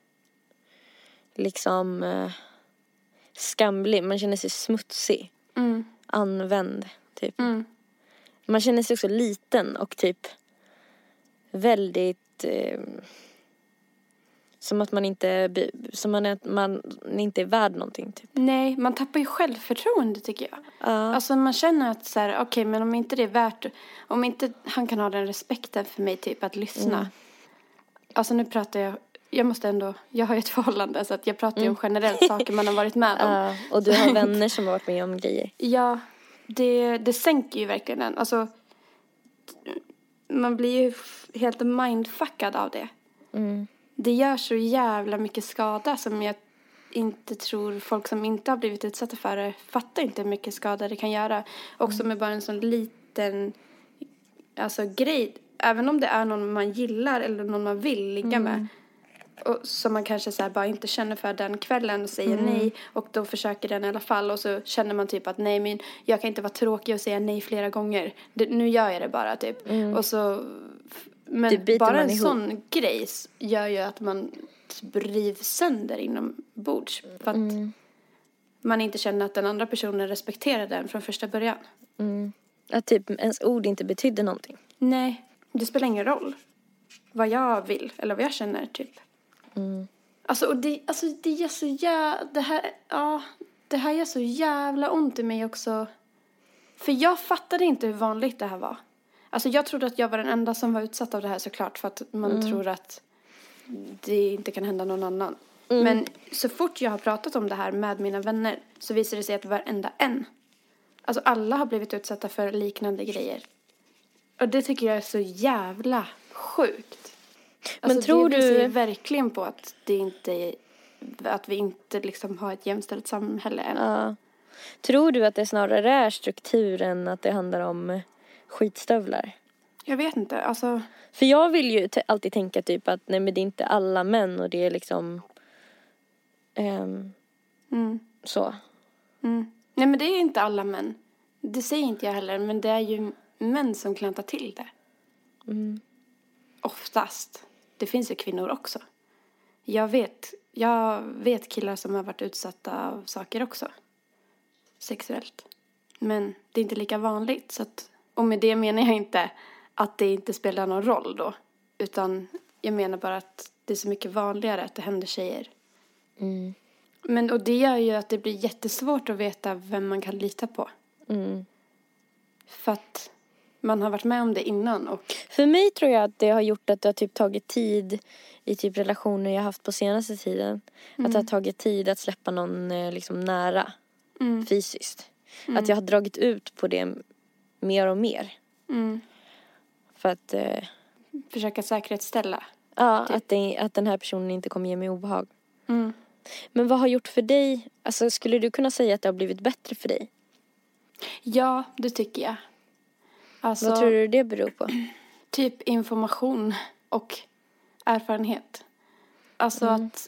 liksom skamlig. Man känner sig smutsig. Använd, typ. Man känner sig också liten och typ väldigt som att man inte är värd någonting typ. Nej, man tappar ju självförtroende tycker jag. Alltså man känner att så här, okej, men om inte det är värt, om inte han kan ha den respekten för mig typ att lyssna. Alltså nu pratar jag måste ändå, jag har ju ett förhållande så att jag pratar ju om generellt saker man har varit med om. Och du har vänner som har varit med om grejer. Ja, det sänker ju verkligen den. Alltså man blir ju helt mindfuckad av det. Det gör så jävla mycket skada som jag inte tror folk som inte har blivit utsatta för det fattar inte hur mycket skada det kan göra. Också med bara en sån liten grej. Även om det är någon man gillar eller någon man vill ligga med. Och som man kanske så här bara inte känner för den kvällen och säger nej. Och då försöker den i alla fall. Och så känner man typ att nej, men jag kan inte vara tråkig och säga nej flera gånger. Nu gör jag det bara typ. Och så, men bara en sån grej gör ju att man rivs sönder inombords. För att man inte känner att den andra personen respekterar den från första början. Att typ ens ord inte betydde någonting. Nej, det spelar ingen roll vad jag vill eller vad jag känner typ. Och det gör så det här gör så jävla ont i mig också. För jag fattade inte hur vanligt det här var. Alltså jag trodde att jag var den enda som var utsatt av det här, såklart, för att man tror att det inte kan hända någon annan. Men så fort jag har pratat om det här med mina vänner så visar det sig att varenda en, alltså alla har blivit utsatta för liknande grejer. Och det tycker jag är så jävla sjukt. Men tror det du visar verkligen på att att vi inte liksom har ett jämställt samhälle än. Ja. Tror du att det snarare är strukturen, att det handlar om skitstövlar? Jag vet inte, alltså. För jag vill ju alltid tänka typ att nej, men det är inte alla män och det är liksom så. Nej, men det är inte alla män. Det säger inte jag heller, men det är ju män som klantar till det. Oftast. Det finns ju kvinnor också. Jag vet killar som har varit utsatta av saker också. Sexuellt. Men det är inte lika vanligt. Så att, och med det menar jag inte att det inte spelar någon roll då. Utan jag menar bara att det är så mycket vanligare att det händer tjejer. Men, och det gör ju att det blir jättesvårt att veta vem man kan lita på. För att man har varit med om det innan. Och för mig tror jag att det har gjort att det har typ tagit tid i typ relationer jag haft på senaste tiden. Att det har tagit tid att släppa någon liksom nära fysiskt. Att jag har dragit ut på det mer och mer. För att försöka säkerhetsställa. Ja, typ. Att den här personen inte kommer ge mig obehag. Men vad har gjort för dig? Alltså, skulle du kunna säga att det har blivit bättre för dig? Ja, det tycker jag. Alltså, vad tror du det beror på? Typ information och erfarenhet. Alltså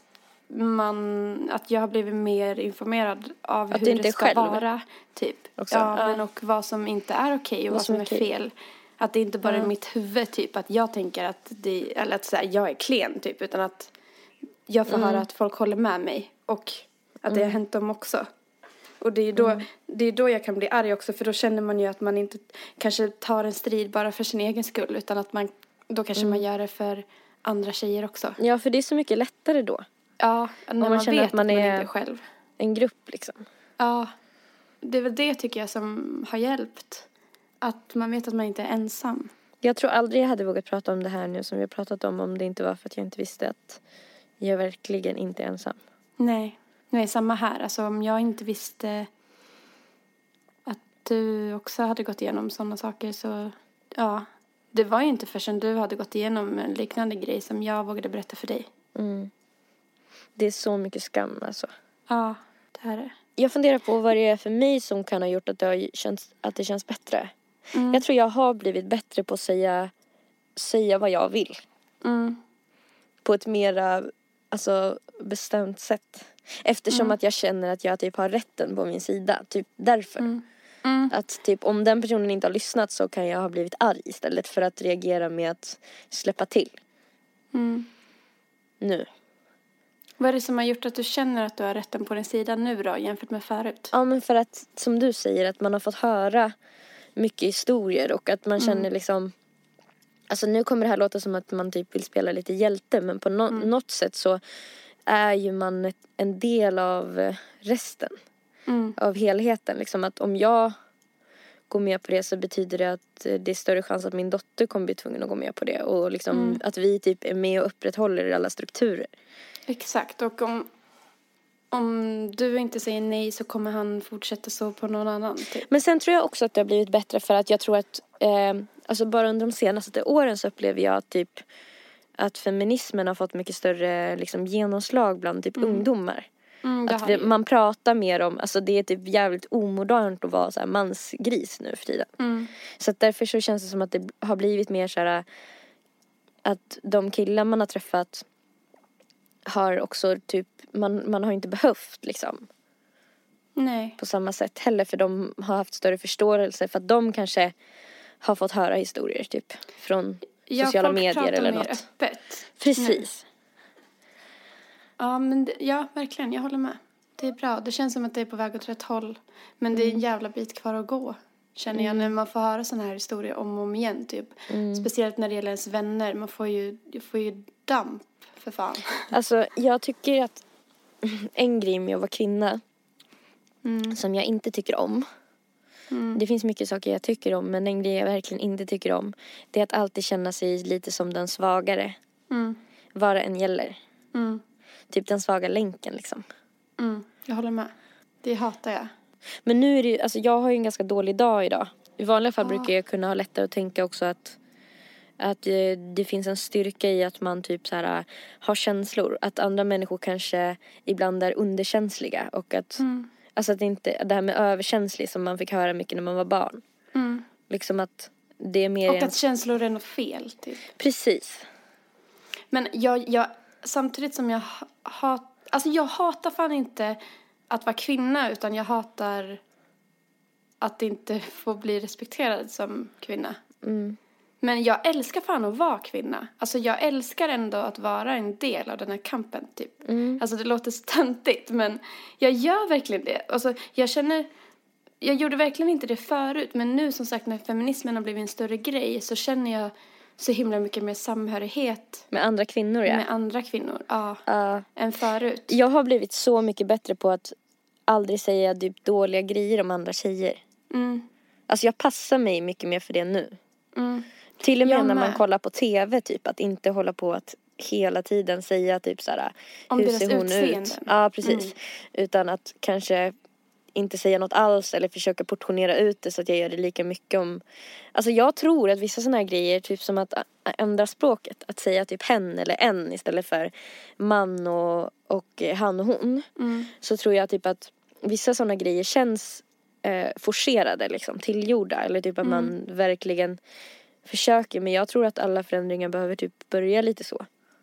att jag har blivit mer informerad av att hur det ska vara. Typ. Också. Ja, men och vad som inte är okej och vad som är fel. Att det inte bara är mitt huvud typ. Att jag tänker att eller att så här, jag är klen typ. Utan att jag får höra att folk håller med mig. Och att det har hänt dem också. Och det är då jag kan bli arg också. För då känner man ju att man inte kanske tar en strid bara för sin egen skull. Utan att då kanske man gör det för andra tjejer också. Ja, för det är så mycket lättare då. Ja, när man känner vet att man är inte själv. En grupp liksom. Ja, det är väl det tycker jag som har hjälpt. Att man vet att man inte är ensam. Jag tror aldrig jag hade vågat prata om det här nu som vi har pratat om det inte var för att jag inte visste att jag verkligen inte är ensam. Nej, samma här. Alltså om jag inte visste att du också hade gått igenom sådana saker så ja, det var ju inte förrän du hade gått igenom en liknande grej som jag vågade berätta för dig. Det är så mycket skam alltså. Ja, det är det. Jag funderar på vad det är för mig som kan ha gjort att det känns bättre. Jag tror jag har blivit bättre på att säga vad jag vill. På ett mera bestämt sätt. Eftersom att jag känner att jag typ har rätten på min sida. Typ därför. Att typ om den personen inte har lyssnat så kan jag ha blivit arg istället för att reagera med att släppa till. Nu. Vad är det som har gjort att du känner att du har rätten på din sida nu då jämfört med förut? Ja, men för att som du säger att man har fått höra mycket historier och att man känner liksom alltså nu kommer det här låta som att man typ vill spela lite hjälte men på något sätt så är ju man en del av resten av helheten liksom att om jag går med på det så betyder det att det är större chans att min dotter kommer bli tvungen att gå med på det och liksom att vi typ är med och upprätthåller alla strukturer. Exakt, och om du inte säger nej så kommer han fortsätta så på någon annan typ. Men sen tror jag också att det har blivit bättre för att jag tror att alltså bara under de senaste åren så upplever jag att feminismen har fått mycket större liksom, genomslag bland typ ungdomar. Man pratar mer om, alltså det är typ jävligt omodernt att vara så här mansgris nu för tiden. Så att därför så känns det som att det har blivit mer så här att de killar man har träffat har också typ, man har inte behövt liksom. Nej. På samma sätt heller, för de har haft större förståelse för att de kanske har fått höra historier typ från sociala medier eller något. Öppet. Precis. Ja, men ja, verkligen, jag håller med. Det är bra. Det känns som att det är på väg åt rätt håll. Men det är en jävla bit kvar att gå. Känner jag när man får höra såna här historier om och om igen typ. Speciellt när det gäller ens vänner. Man får ju damp för fan. Alltså jag tycker att en grej med att vara kvinna som jag inte tycker om. Det finns mycket saker jag tycker om, men en grej jag verkligen inte tycker om, det är att alltid känna sig lite som den svagare. Vad det än gäller. Typ den svaga länken liksom. Jag håller med. Det hatar jag. Men nu är det, alltså jag har ju en ganska dålig dag idag. I vanliga fall brukar jag kunna ha lättare att tänka också att det finns en styrka i att man typ så här har känslor. Att andra människor kanske ibland är underkänsliga. Och att, alltså att inte, det här med överkänslig som man fick höra mycket när man var barn. Liksom att det är mer... Och att känslor är något fel typ. Precis. Men jag samtidigt som jag hatar fan inte att vara kvinna, utan jag hatar att inte få bli respekterad som kvinna. Men jag älskar fan att vara kvinna. Alltså jag älskar ändå att vara en del av den här kampen typ. Alltså det låter stöntigt, men jag gör verkligen det. Alltså jag gjorde verkligen inte det förut, men nu som sagt när feminismen har blivit en större grej så känner jag så himla mycket mer samhörighet. Med andra kvinnor, ja. Med andra kvinnor, än förut. Jag har blivit så mycket bättre på att aldrig säga typ dåliga grejer om andra tjejer. Alltså jag passar mig mycket mer för det nu. Till och med när man kollar på tv typ, att inte hålla på att hela tiden säga typ såhär, hur ser hon ut? Ja, precis. Utan att kanske inte säga något alls eller försöka portionera ut det så att jag gör det lika mycket om... Alltså jag tror att vissa sådana här grejer, typ som att ändra språket, att säga typ hen eller en istället för man och han och hon. Så tror jag typ att vissa sådana grejer känns forcerade liksom, tillgjorda, eller typ att man verkligen försöker, men jag tror att alla förändringar behöver typ börja lite så.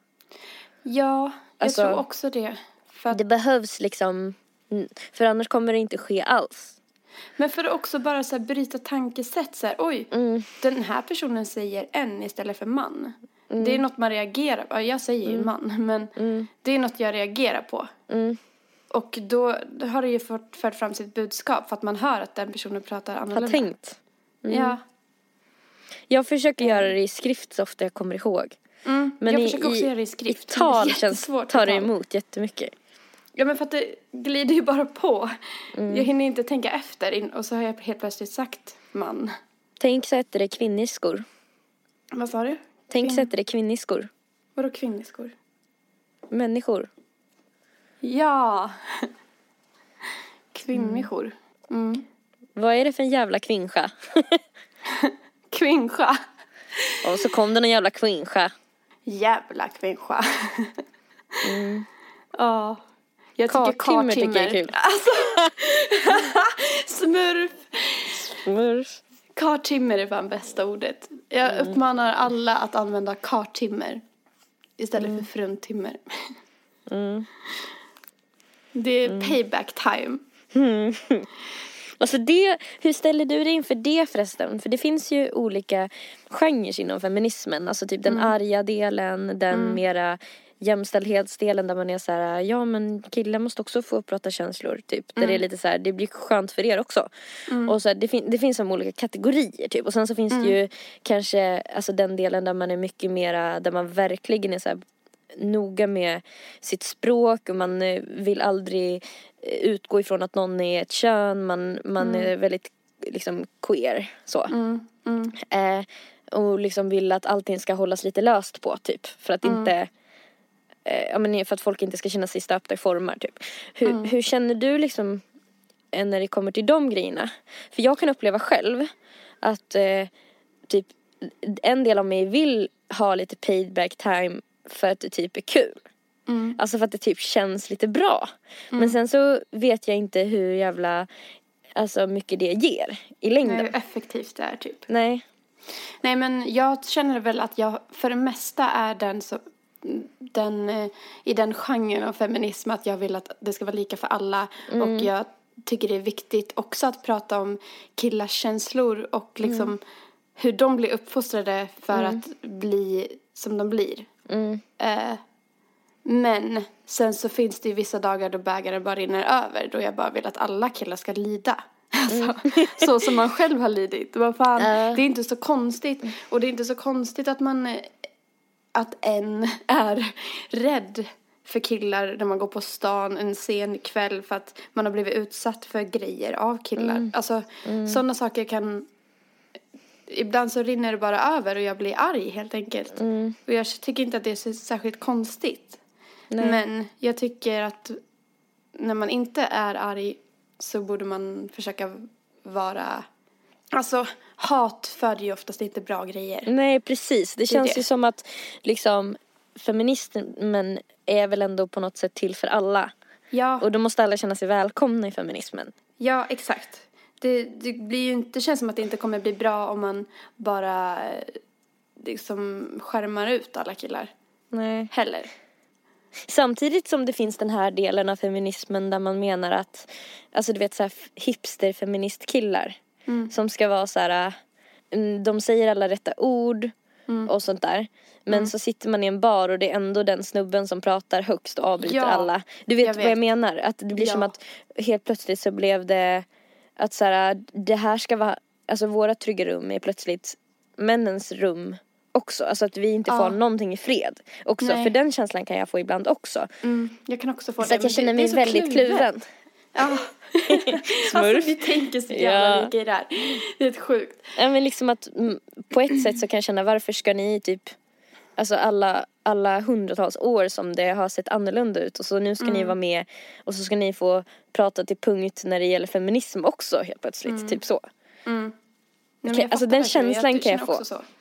Ja, jag tror också det. För att det behövs liksom, för annars kommer det inte ske alls. Men för att också bara så här bryta tankesätt så här, oj, den här personen säger en istället för man. Det är något man reagerar på. Jag säger ju man, men det är något jag reagerar på. Och då har det ju fört fram sitt budskap för att man hör att den personen pratar annorlunda. Har tänkt. Ja. Jag försöker göra det i skrift så ofta jag kommer ihåg. Men jag försöker också göra det i skrift. I tal tar det emot jättemycket. Ja, men för att det glider ju bara på. Jag hinner inte tänka efter och så har jag helt plötsligt sagt man. Tänk så heter det kvinniskor. Vad sa du? Tänk så heter det kvinniskor. Vadå kvinniskor? Människor. Ja. Kvinnor. Vad är det för en jävla kvinnscha? Kvinnscha. Och så kom det en jävla kvinnscha. Jävla kvinnscha. Ja. Jag tycker kartimmer tycker jag är kul. Alltså. Smurf. Kartimmer är fan bästa ordet. Jag uppmanar alla att använda kartimmer istället för fruntimmer. Det är payback time. Alltså hur ställer du dig inför det förresten? För det finns ju olika genrer inom feminismen. Alltså typ den arga delen, den mera jämställdhetsdelen där man är så här, ja men killar måste också få prata känslor typ. Där det är lite så här, det blir skönt för er också. Och så här, det finns som olika kategorier typ. Och sen så finns det ju kanske alltså den delen där man är mycket mera, där man verkligen är så här noga med sitt språk och man vill aldrig utgå ifrån att någon är ett kön, man är väldigt liksom queer så. Och liksom vill att allting ska hållas lite löst på typ, för att inte för att folk inte ska känna sig stöpta i formar typ. Hur känner du liksom när det kommer till de grejerna? För jag kan uppleva själv att typ en del av mig vill ha lite payback time för att det typ är kul. Alltså för att det typ känns lite bra. Men sen så vet jag inte hur jävla, alltså mycket det ger i längden. Nej, hur effektivt det är typ. Nej, men jag känner väl att jag för det mesta är i den genren av feminism att jag vill att det ska vara lika för alla. Och jag tycker det är viktigt också att prata om killars känslor och liksom hur de blir uppfostrade för att bli som de blir. Men sen så finns det ju vissa dagar då bägaren bara rinner över. Då jag bara vill att alla killar ska lida. Alltså, så som man själv har lidit. Vad fan, det är inte så konstigt. Och det är inte så konstigt att en är rädd för killar när man går på stan en sen kväll för att man har blivit utsatt för grejer av killar. Alltså sådana saker kan... Ibland så rinner det bara över och jag blir arg helt enkelt. Och jag tycker inte att det är så särskilt konstigt. Nej. Men jag tycker att när man inte är arg så borde man försöka vara... Alltså, hat föder ju oftast inte bra grejer. Nej, precis. Det känns ju som att liksom feminismen är väl ändå på något sätt till för alla. Ja. Och då måste alla känna sig välkomna i feminismen. Ja, exakt. Det blir ju inte, det känns som att det inte kommer bli bra om man bara liksom skärmar ut alla killar. Nej. Heller. Samtidigt som det finns den här delen av feminismen där man menar att, alltså du vet så här hipster-feministkillar som ska vara så här, de säger alla rätta ord och sånt där. Men så sitter man i en bar och det är ändå den snubben som pratar högst och avbryter alla. Du vet vad jag menar? Att det blir som att helt plötsligt så blev det att så här, det här ska vara, alltså våra trygga rum är plötsligt männens rum också. Alltså att vi inte får någonting i fred också. Nej. För den känslan kan jag få ibland också. Jag kan också få så det. Så att jag känner mig väldigt kluven. Ja. Alltså vi tänker så jävla lika i det här. Det är ett sjukt. Ja, men liksom att på ett sätt så kan jag känna, varför ska ni typ, alltså alla hundratals år som det har sett annorlunda ut. Och så nu ska ni vara med. Och så ska ni få prata till punkt när det gäller feminism också helt plötsligt. Typ så. Nej, alltså den känslan kan jag få.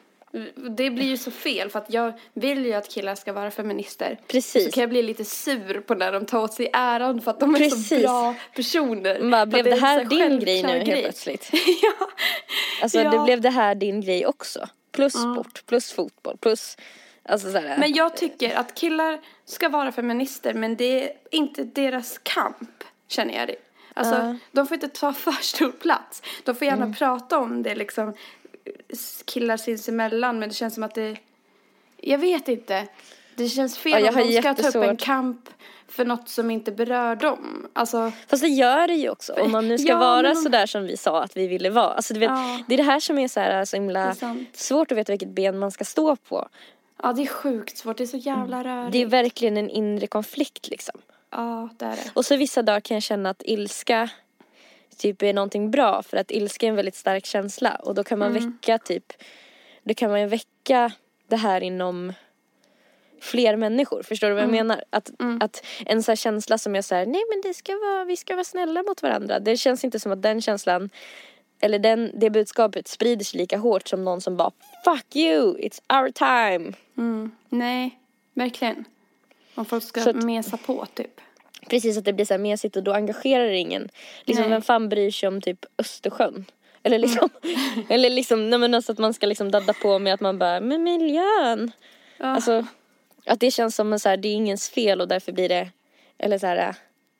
Det blir ju så fel för att jag vill ju att killar ska vara feminister. Precis. Så kan jag bli lite sur på när de tar åt sig äran för att de är så bra personer. Bara, blev det här din grej nu helt plötsligt? Ja. Alltså det blev det här din grej också. Plus sport, plus fotboll, plus... Alltså sådär. Men jag tycker att killar ska vara feminister, men det är inte deras kamp, känner jag det. Alltså, de får inte ta för stor plats. De får gärna prata om det, liksom, killar sinsemellan, men det känns som att det... Jag vet inte. Det känns fel om de ska ta upp en kamp för något som inte berör dem. Alltså... Fast det gör det ju också. Om man nu ska vara sådär som vi sa att vi ville vara. Alltså, du vet, det är det här som är så här, så himla svårt att veta vilket ben man ska stå på. Ja, det är sjukt svårt. Det är så jävla rörigt. Det är verkligen en inre konflikt liksom. Ja, det är det. Och så vissa dagar kan jag känna att ilska typ är någonting bra. För att ilska är en väldigt stark känsla. Och då kan man väcka typ... Då kan man ju väcka det här inom fler människor. Förstår du vad jag menar? Att en sån här känsla som jag säger, nej men vi ska vara snälla mot varandra. Det känns inte som att den känslan... Eller det budskapet sprider sig lika hårt som någon som bara fuck you, it's our time. Nej, verkligen. Om folk ska mesa på typ. Precis, att det blir så här mesigt och då engagerar det ingen. Liksom, vem fan bryr sig om typ Östersjön? Eller liksom, eller liksom, nej men alltså att man ska liksom dadda på med att man bara, men miljön. Alltså, att det känns som en så här, det är ingens fel och därför blir det, eller så här.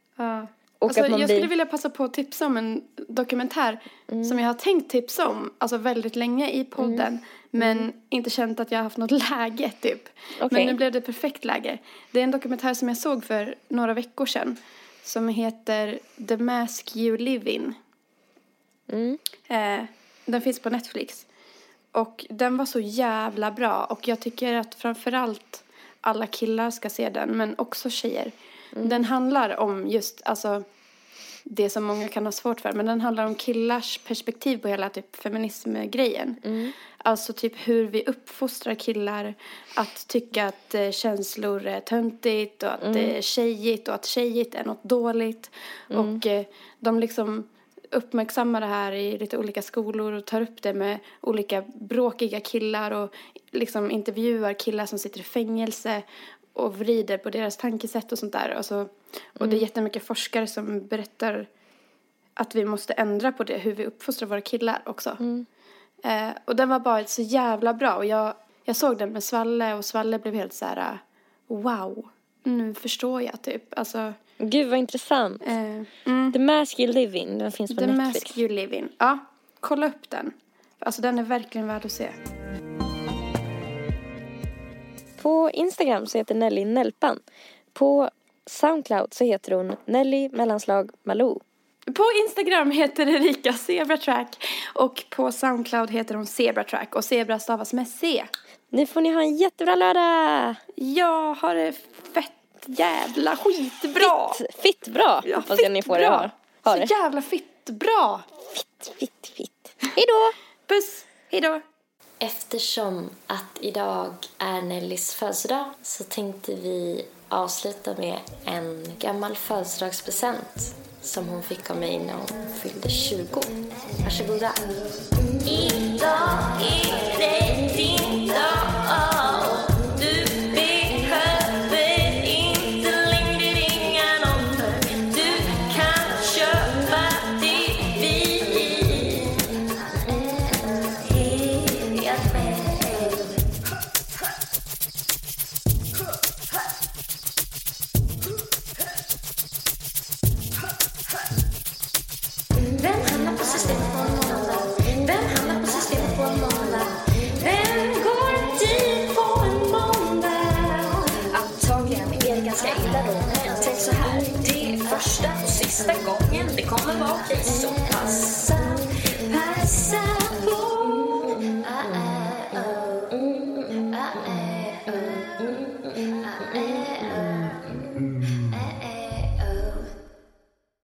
Och alltså, jag skulle vilja passa på att tipsa om en dokumentär som jag har tänkt tipsa om alltså väldigt länge i podden. Men inte känt att jag har haft något läge typ. Okay. Men nu blev det perfekt läge. Det är en dokumentär som jag såg för några veckor sedan. Som heter The Mask You Live In. Den finns på Netflix. Och den var så jävla bra. Och jag tycker att framförallt alla killar ska se den. Men också tjejer. Den handlar om just alltså, det som många kan ha svårt för. Men den handlar om killars perspektiv på hela typ feminismgrejen. Alltså typ hur vi uppfostrar killar att tycka att känslor är töntigt och att det är tjejigt och att tjejigt är något dåligt. Och de liksom uppmärksammar det här i lite olika skolor och tar upp det med olika bråkiga killar och liksom intervjuar killar som sitter i fängelse och vrider på deras tankesätt och sånt där. Alltså, och det är jättemycket forskare som berättar att vi måste ändra på det, hur vi uppfostrar våra killar också. Och den var bara så jävla bra. Och jag såg den med Svalle och Svalle blev helt så här: wow, nu förstår jag typ. Alltså, Gud vad intressant. The Mask You Live In, den finns på The Netflix. Mask You Live In. Ja, kolla upp den. Alltså den är verkligen värd att se. På Instagram så heter Nelly Nelpan. På Soundcloud så heter hon Nelly mellanslag Malou. På Instagram heter Erika Zebratrack. Och på Soundcloud heter hon Zebratrack. Och Zebra stavas med C. Nu får ni ha en jättebra lördag. Jag har det fett jävla skitbra. Fitt bra. Ja, hoppas jag ni får det. Ha så det. jävla fitt bra. Fitt. Hej då. Puss. Hej då. Eftersom att idag är Nellys födelsedag så tänkte vi avsluta med en gammal födelsedagspresent som hon fick av mig när hon fyllde 20. Varsågoda. Idag är det din dag. Du behöver inte längre ringa någon, för du kan köpa ditt vin. Helt själv. Vem hamnar på systemet på en måndag? Vem hamnar på systemet på en måndag? Vem går dit på en måndag? Antagligen är det ganska illa då. Tänk så här, det är första och sista gången det kommer vara okej, så passa